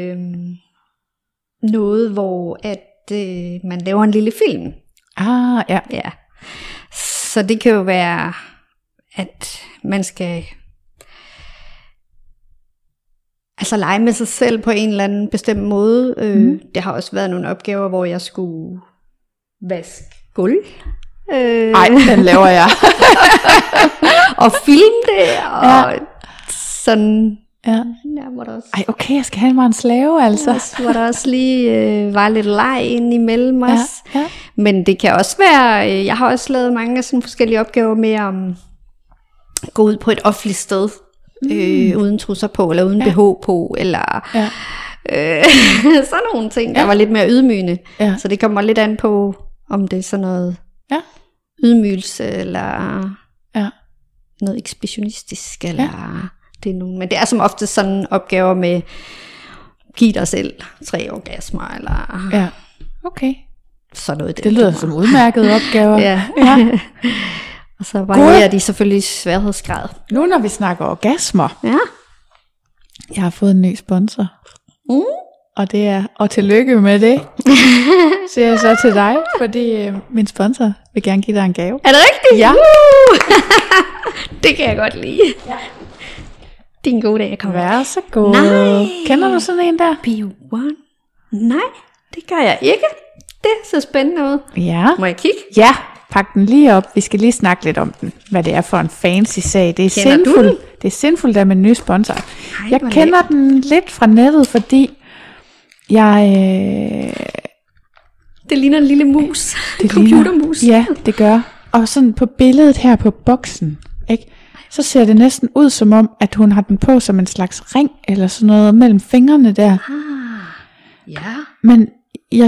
noget, hvor at man laver en lille film. Ja. Så det kan jo være, at man skal altså lege med sig selv på en eller anden bestemt måde. Det har også været nogle opgaver, hvor jeg skulle vaske gulv. Nej, den laver jeg. Og filme det, og sådan. Ja, hvor der også... okay, jeg skal have mig en slave, altså. Hvor der også lige var lidt leg ind imellem os. Ja. Men det kan også være, jeg har også lavet mange sådan forskellige opgaver med at gå ud på et offentligt sted, uden trusser på, eller uden BH på, eller sådan nogle ting, der var lidt mere ydmygende. Ja. Så det kommer lidt an på, om det er sådan noget ydmygelse, eller noget ekshibitionistisk, eller det er nogen. Men det er som ofte sådan opgaver med, giv dig selv 3 orgasmer, eller okay. sådan noget. Det lyder som udmærkede opgaver. ja. Og så varierer de selvfølgelig sværhedsgrad. Nu når vi snakker orgasmer. Ja. Jeg har fået en ny sponsor. Og det er, og tillykke med det, siger jeg så til dig, fordi min sponsor vil gerne give dig en gave. Er det rigtigt? Ja. Det kan jeg godt lide. Ja. Det er en god dag, jeg kommer. Vær så god. Nej. Kender du sådan en der? B1? Nej, det gør jeg ikke. Det ser spændende ud. Ja. Må jeg kigge? Ja, pak den lige op. Vi skal lige snakke lidt om den. Hvad det er for en fancy sag. Det er sindfuldt. Det er sindfuldt af min nye sponsor. Jeg kender den lidt fra nettet, fordi det ligner en lille mus. Det computermus. Ja, det gør. Og sådan på billedet her på boksen, ikke? Så ser det næsten ud som om, at hun har den på som en slags ring, eller sådan noget mellem fingrene der. Ja. Men jeg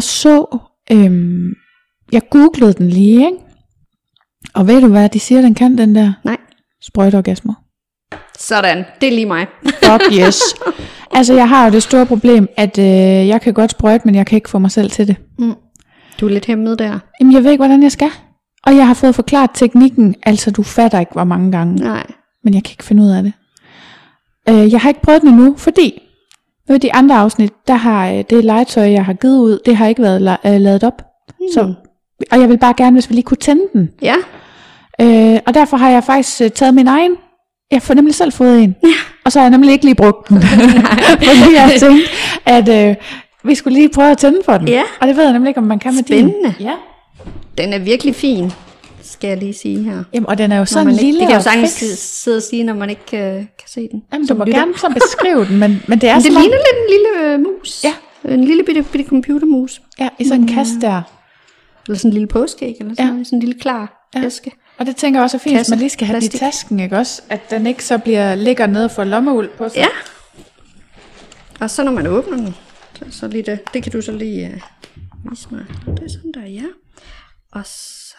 jeg googlede den lige, ikke? Og ved du hvad, de siger, den kan, den der? Nej. Sprøjteorgasmer. Sådan, det er lige mig. Fuck yes. Altså, jeg har jo det store problem, at jeg kan godt sprøjte, men jeg kan ikke få mig selv til det. Du er lidt hæmmet der. Jamen, jeg ved ikke, hvordan jeg skal. Og jeg har fået forklaret teknikken, altså du fatter ikke, hvor mange gange. Nej. Men jeg kan ikke finde ud af det. Jeg har ikke prøvet den endnu, fordi ved de andre afsnit, der har det legetøj, jeg har givet ud, det har ikke været ladet op. Så, og jeg vil bare gerne, hvis vi lige kunne tænde den. Ja. Og derfor har jeg faktisk taget min egen. Jeg får nemlig selv fået en. Ja. Og så har jeg nemlig ikke lige brugt den. Fordi jeg tænkte, at vi skulle lige prøve at tænde for den. Ja. Og det ved jeg nemlig ikke, om man kan med din. Spændende. Ja. Den er virkelig fin, skal jeg lige sige her. Jamen, og den er jo sådan lille. Det kan jo sagtens sidde og sige, når man ikke kan se den. Jamen, du må gerne så beskrive den, men det er men det ligner lidt en lille mus. Ja. En lille bitte computermus. Ja, i sådan en kasse der. Eller sådan en lille påskeæg, eller sådan noget. Sådan en lille klar æske. Og det tænker jeg også er fint, hvis man lige skal have den i tasken, ikke også? At den ikke så ligger nede for lommeuld på sig. Ja. Og så når man åbner den, så lige det kan du så lige vise mig. Det er sådan der, ja. Og så...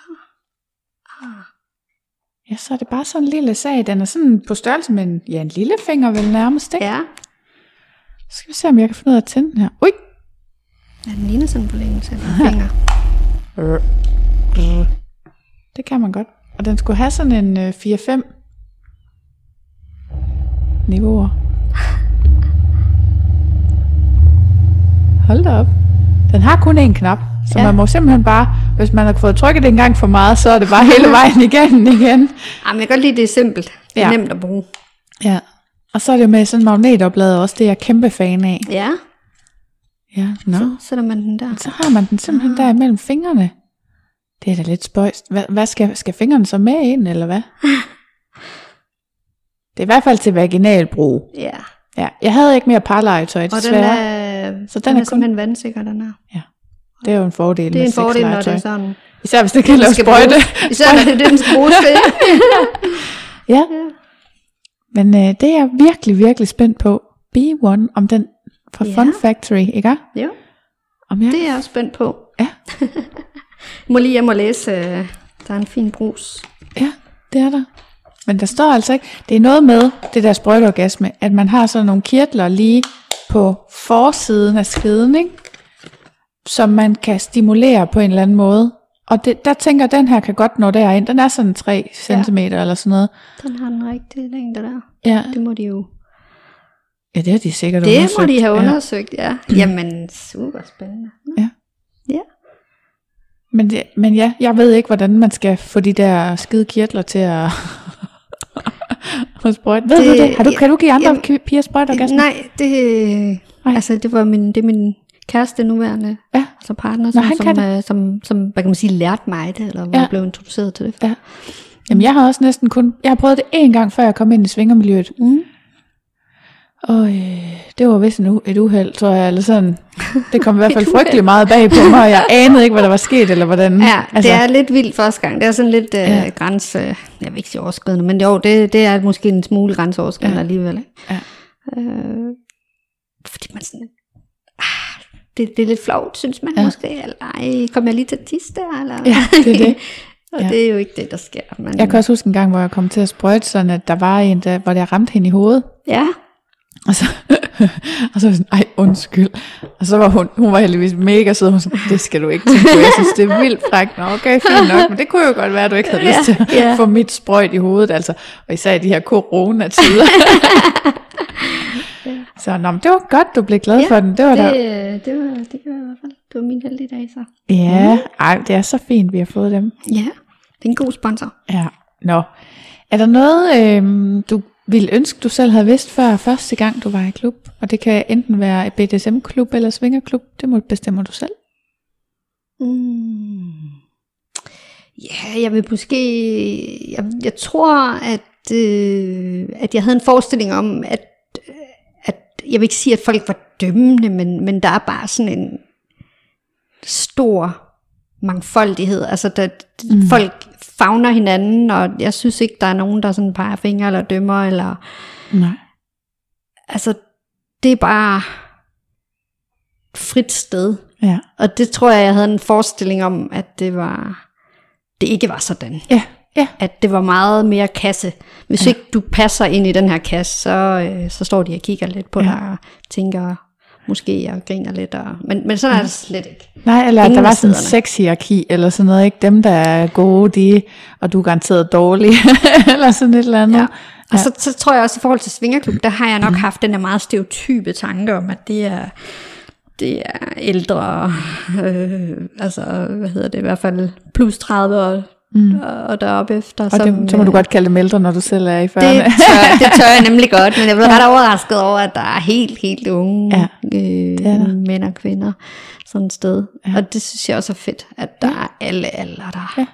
Ja, så er det bare sådan en lille sag. Den er sådan på størrelse med en lillefinger vel nærmest, ikke? Ja. Så skal vi se, om jeg kan finde ud af at tænde den her. Ui! Ja, den ligner sådan en forlængelse af en finger. Det kan man godt. Og den skulle have sådan en 4-5 niveauer. Hold da op. Den har kun én knap, så man må simpelthen bare, hvis man har fået trykket det en gang for meget, så er det bare hele vejen igen. Jamen, jeg kan godt lide, det er simpelt. Det er nemt at bruge. Ja, og så er det jo med sådan en magnetoplader også, det er jeg kæmpe fan af. Ja. Ja, så sætter man den der. Så har man den simpelthen der imellem fingrene. Det er da lidt spøjst. Hvad skal fingrene så med ind, eller hvad? Det er i hvert fald til vaginalbrug. Ja. Ja, jeg havde ikke mere parlegetøj, desværre. Så den er simpelthen vandsikker, den her. Ja, det er jo en fordel. Det er en fordel, når det er sådan. Især hvis det kan lave sprøjte. Især når det er det, den skal bruges til. Ja. Men det er jeg virkelig, virkelig spændt på. B1, om den fra Fun Factory, ikke? Jo, det er jeg også spændt på. Ja. Må lige hjem og læse, der er en fin brus. Ja, det er der. Men der står altså ikke, det er noget med det der sprøjteorgasme, at man har sådan nogle kirtler lige på forsiden af skeden, ikke? Som man kan stimulere på en eller anden måde. Og der tænker jeg, den her kan godt nå derind. Den er sådan 3 cm eller sådan noget. Den har den rigtige længde der. Ja. Det må de jo... Ja, det har de sikkert undersøgt. Det må de have undersøgt, ja. Jamen, super spændende. Ja. Ja. Men ja, jeg ved ikke, hvordan man skal få de der skide kirtler til at sprøjte. Ved du det? Kan du give andre piger sprøjteorgasme? Nej, altså det er min kæreste nuværende, altså partner, som hvad kan man sige, lærte mig det, eller hvor jeg blev introduceret til det. Ja. Jamen jeg har også næsten jeg har prøvet det en gang, før jeg kom ind i svingermiljøet. Og det var vist et uheld, tror jeg, eller sådan. Det kom i hvert fald frygtelig meget bag på mig, og jeg anede ikke, hvad der var sket, eller hvordan. Ja, det er lidt vildt første gang. Det er sådan lidt grænse, jeg vil ikke sige overskridende, men jo, det er måske en smule grænseoverskridende alligevel. Ja. Fordi man sådan, det er lidt flovt, synes man måske, eller ej, kom jeg lige til tisse der, eller? Ja, det er det. Og det er jo ikke det, der sker. Men... Jeg kan også huske en gang, hvor jeg kom til at sprøjte, sådan at der var en, hvor jeg ramte hende i hovedet. Ja. Og så var jeg sådan, ej, undskyld. Og så var hun var heldigvis mega sød. Hun sådan, det skal du ikke tænke på. Jeg synes, det er vildt frækt. Nå, okay, fint nok. Men det kunne jo godt være, at du ikke havde lyst til at få mit sprøjt i hovedet. Altså. Og især i de her coronatider. Så det var godt, du blev glad for den. Det var i hvert fald. Det var min heldige dag, så. Ja, ej, det er så fint, vi har fået dem. Ja, det er en god sponsor. Ja, nå. Er der noget, du ville ønske, du selv havde vidst før første gang, du var i klub? Og det kan enten være et BDSM-klub eller svingerklub. Det bestemmer du selv. Ja, jeg vil måske... Jeg tror, at jeg havde en forestilling om, at jeg vil ikke sige, at folk var dømmende, men der er bare sådan en stor mangfoldighed. Altså, folk favner hinanden, og jeg synes ikke, der er nogen, der sådan peger fingre eller dømmer, eller... Nej. Altså, det er bare et frit sted. Ja. Og det tror jeg havde en forestilling om, at det ikke var sådan. Ja. Ja. At det var meget mere kasse. Hvis ikke du passer ind i den her kasse, så står de og kigger lidt på dig og tænker måske og griner lidt. Men sådan er det slet ikke. Nej, eller der var sådan en sexhierarki eller sådan noget, ikke? Dem der er gode, og du er garanteret dårlig eller sådan et eller andet. Ja. Og så tror jeg også i forhold til svingerklub, der har jeg nok haft den der meget stereotype tanke om, at det er ældre, altså hvad hedder det, i hvert fald plus 30 år. Og deroppe efter. Og så må du godt kalde dem ældre, når du selv er i 40'erne. Det tør jeg nemlig godt, men jeg blev ret overrasket over, at der er helt unge mænd og kvinder sådan et sted. Ja. Og det synes jeg også er fedt, at der er alle aldre der. Ja.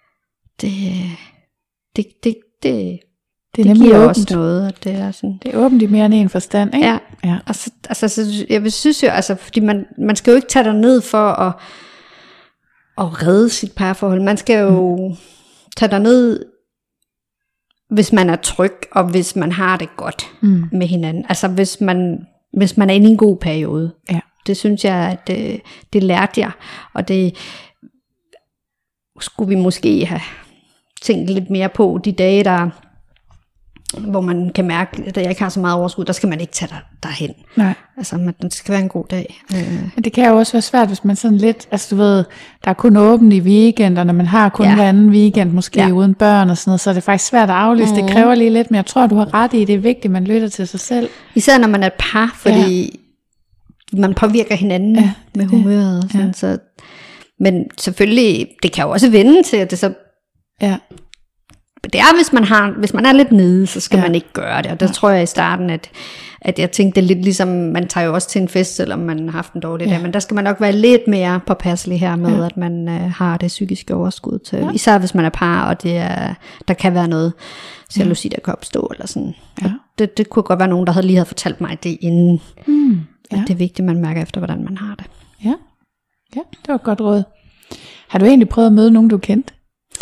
Det nemlig giver åbent. også noget, at det er sådan. Det er åbent i mere end en forstand, ikke? Ja. Og så jeg synes jo, altså, fordi man skal jo ikke tage dig ned for at redde sit parforhold. Man skal jo tage dig ned, hvis man er tryg, og hvis man har det godt med hinanden. Altså hvis man er inde i en god periode. Ja. Det synes jeg, at det lærte jeg. Og det skulle vi måske have tænkt lidt mere på de dage, hvor man kan mærke, at jeg ikke har så meget overskud, der skal man ikke tage derhen. Nej. Altså, det skal være en god dag. Men det kan jo også være svært, hvis man sådan lidt, altså du ved, der er kun åbent i weekenderne, man har kun hver anden weekend, måske uden børn og sådan noget, så er det faktisk svært at aflyse. Det kræver lige lidt, men jeg tror, du har ret i, det er vigtigt, at man lytter til sig selv. Især når man er et par, fordi man påvirker hinanden med humøret. Sådan, så, men selvfølgelig, det kan jo også vende til, at det så... Ja. Det er, hvis man er lidt nede, så skal man ikke gøre det. Og der tror jeg i starten, at jeg tænkte lidt ligesom, man tager jo også til en fest, selvom man har haft en dårlig dag. Men der skal man nok være lidt mere påpasselig her med, at man har det psykiske overskud til. Især hvis man er par, og der kan være noget jalousi, der kan opstå. Eller sådan. Det kunne godt være nogen, der lige havde fortalt mig det inden. At det er vigtigt, at man mærker efter, hvordan man har det. Ja, det var et godt råd. Har du egentlig prøvet at møde nogen, du kendte?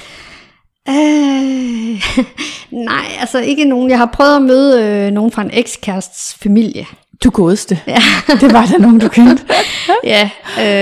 Nej, altså ikke nogen. Jeg har prøvet at møde nogen fra en ekskærestes familie. Du godeste. Ja. Det var der nogen, du kendte. Ja.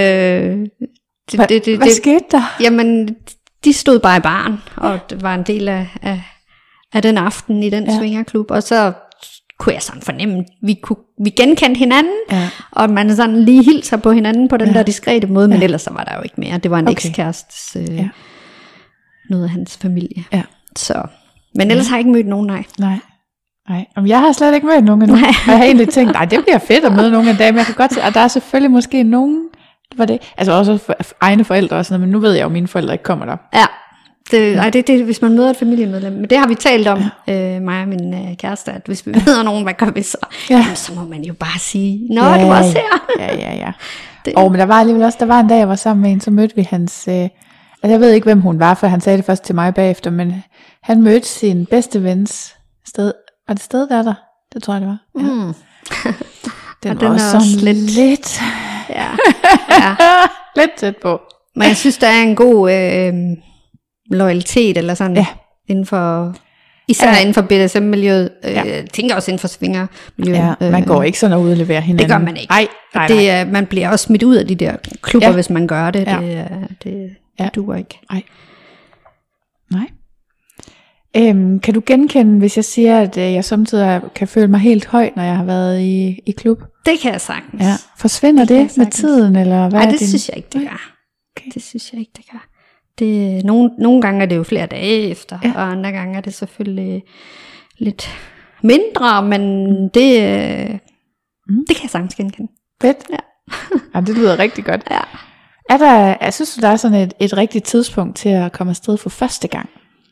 Hvad skete der? Jamen, de stod bare i baren, og det var en del af den aften i den svingerklub, og så kunne jeg sådan fornemme, vi genkendte hinanden, og man sådan lige hilser på hinanden på den der diskrete måde, men ellers så var der jo ikke mere. Det var en ekskærestes... noget af hans familie. Ja. Så. Men ellers har jeg ikke mødt nogen, nej. Jamen, jeg har slet ikke mødt nogen endnu. Og jeg har egentlig tænkt, det bliver fedt at møde nogen en dag, men jeg kan godt se, at der er selvfølgelig måske nogen, var det, altså også egne forældre og sådan noget, men nu ved jeg jo, at mine forældre ikke kommer der. Ja, det hvis man møder et familiemedlem, men det har vi talt om, mig og min kæreste, at hvis vi møder nogen, hvad gør vi så? Jamen, så må man jo bare sige, du også her. Ja. Men der var alligevel også, der var en dag, jeg var sammen med en, så mødte vi hans... Altså jeg ved ikke, hvem hun var, for han sagde det først til mig bagefter, men han mødte sin bedste vens sted. Var det steddatter? Det tror jeg, det var. Ja. Den var også sådan lidt... Ja. Lidt tæt på. Men jeg synes, der er en god loyalitet, eller sådan, inden for... Især inden for BDSM-miljøet. Jeg tænker også inden for svingermiljøet. Ja, man går ikke sådan og udleverer hinanden. Det gør man ikke. Nej. Man bliver også smidt ud af de der klubber, hvis man gør det. Det duer ikke. Nej. Kan du genkende, hvis jeg siger, at jeg samtidig kan føle mig helt høj, når jeg har været i klub? Det kan jeg sagtens. Ja. Forsvinder det med tiden, eller hvad? Nej, det synes jeg ikke, det gør. Okay. Det synes jeg ikke, det gør. Nogle gange er det jo flere dage efter, og andre gange er det selvfølgelig lidt mindre, men det kan jeg sagtens genkende. Fedt. Ja. Ja, det lyder rigtig godt. Ja. Synes du, der er sådan et rigtigt tidspunkt til at komme afsted for første gang?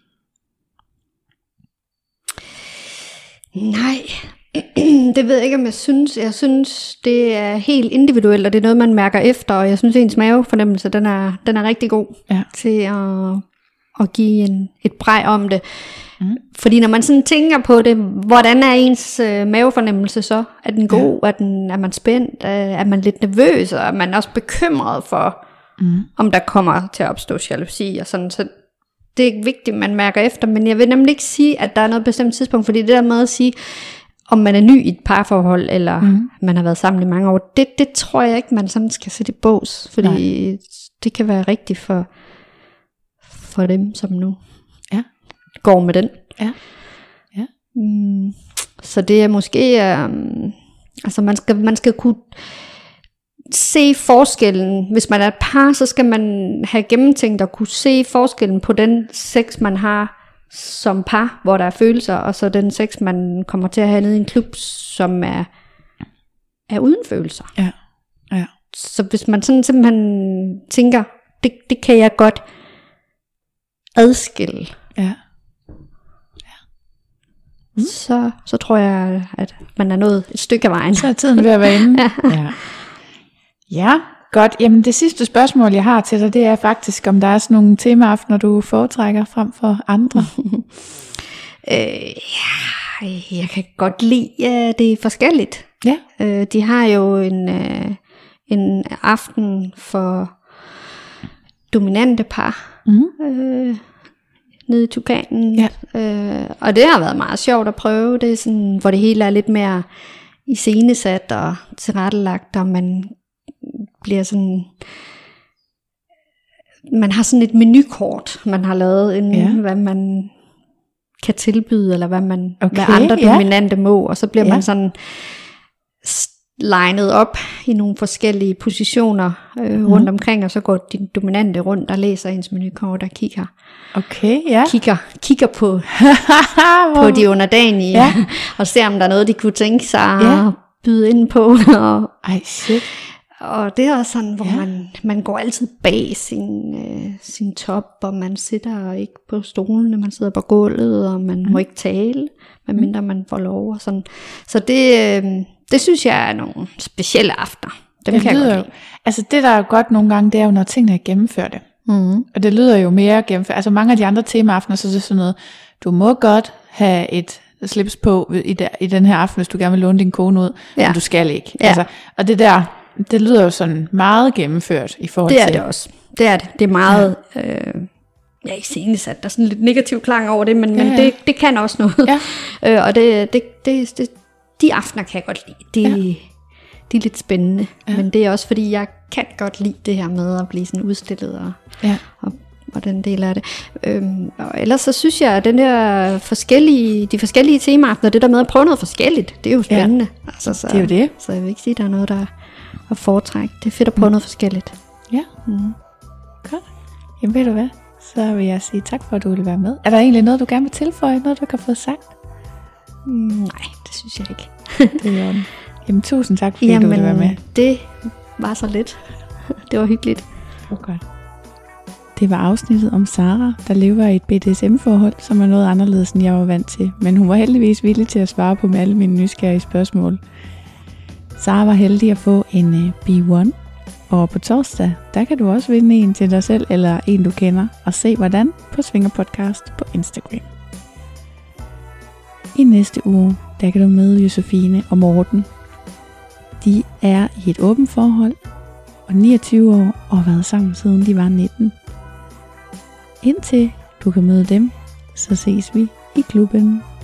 Nej, det ved jeg ikke, om jeg synes. Jeg synes, det er helt individuelt, og det er noget, man mærker efter, og jeg synes, ens mavefornemmelse, den er rigtig god til at give et brej om det. Fordi når man sådan tænker på det, hvordan er ens mavefornemmelse så? Er den god? Er man spændt? Er man lidt nervøs? Og er man også bekymret for, om der kommer til at opstå jalousi og sådan. Så det er vigtigt, man mærker efter, men jeg vil nemlig ikke sige, at der er noget bestemt tidspunkt, fordi det der med at sige, om man er ny i et parforhold, eller man har været sammen i mange år, det tror jeg ikke, man sådan skal sætte i bås, fordi det kan være rigtigt for dem, som nu går med den. Ja. Så det er måske, altså man skal kunne se forskellen. Hvis man er et par, så skal man have gennemtænkt at kunne se forskellen på den sex, man har som par, hvor der er følelser, og så den sex, man kommer til at have nede i en klub, som er uden følelser. Ja. Så hvis man sådan simpelthen tænker, det kan jeg godt adskille, så tror jeg, at man er nået et stykke af vejen. Så er tiden ved at være inde. Ja, godt. Jamen det sidste spørgsmål, jeg har til dig, det er faktisk, om der er sådan nogle temaaftener, du foretrækker frem for andre. Jeg kan godt lide, det er forskelligt. Ja. De har jo en aften for dominante par nede i Tukanen. Og det har været meget sjovt at prøve. Det er sådan, hvor det hele er lidt mere iscenesat og tilrettelagt, og man bliver sådan, man har sådan et menukort, man har lavet inden, hvad man kan tilbyde, eller hvad andre dominante må, og så bliver man sådan legnet op i nogle forskellige positioner rundt omkring, og så går de dominante rundt og læser ens menukort og kigger. Okay, ja. Kigger på de underdanige, og ser om der er noget, de kunne tænke sig at byde ind på. Ej, shit. Og det er også sådan, hvor man går altid bag sin top, og man sidder ikke på stolene, man sidder på gulvet, og man må ikke tale, medmindre man får lov og sådan. Så det synes jeg er nogle specielle aftener. Dem kan jeg godt lide. Altså det der er jo godt nogle gange, det er jo når tingene er gennemførte. Og det lyder jo mere gennemført. Altså mange af de andre temaaftener, så er det sådan noget, du må godt have et slips på i den her aften, hvis du gerne vil låne din kone ud, men du skal ikke. Altså, og det der, det lyder jo sådan meget gennemført i forhold til. Det er det også. Det er det. Det er meget, jeg er ikke iscenesat, der er sådan lidt negativ klang over det, men det kan også noget. Og de aftener kan jeg godt lide. De er lidt spændende, men det er også fordi, jeg kan godt lide det her med at blive sådan udstillet og den del af det. Og ellers så synes jeg, at de forskellige temaaftener, det der med at prøve noget forskelligt, det er jo spændende. Altså, så, det er jo det. Så jeg vil ikke sige, at der er noget, der er foretræk. Det er fedt at prøve noget forskelligt. Ja. Godt. Jamen ved du hvad, så vil jeg sige tak for, at du ville være med. Er der egentlig noget, du gerne vil tilføje? Noget, du kan få sagt? Nej, det synes jeg ikke. Det er jo. Jamen tusind tak, fordi du ville være med. Det var så lidt. Det var hyggeligt. Okay. Det var afsnittet om Sara, der lever i et BDSM-forhold, som er noget anderledes, end jeg var vant til. Men hun var heldigvis villig til at svare på med alle mine nysgerrige spørgsmål. Sara var heldig at få en B1. Og på torsdag, der kan du også vinde en til dig selv, eller en du kender, og se hvordan på Svinger Podcast på Instagram. I næste uge, der kan du møde Josefine og Morten. De er i et åbent forhold, og 29 år og har været sammen siden de var 19. Indtil du kan møde dem, så ses vi i klubben.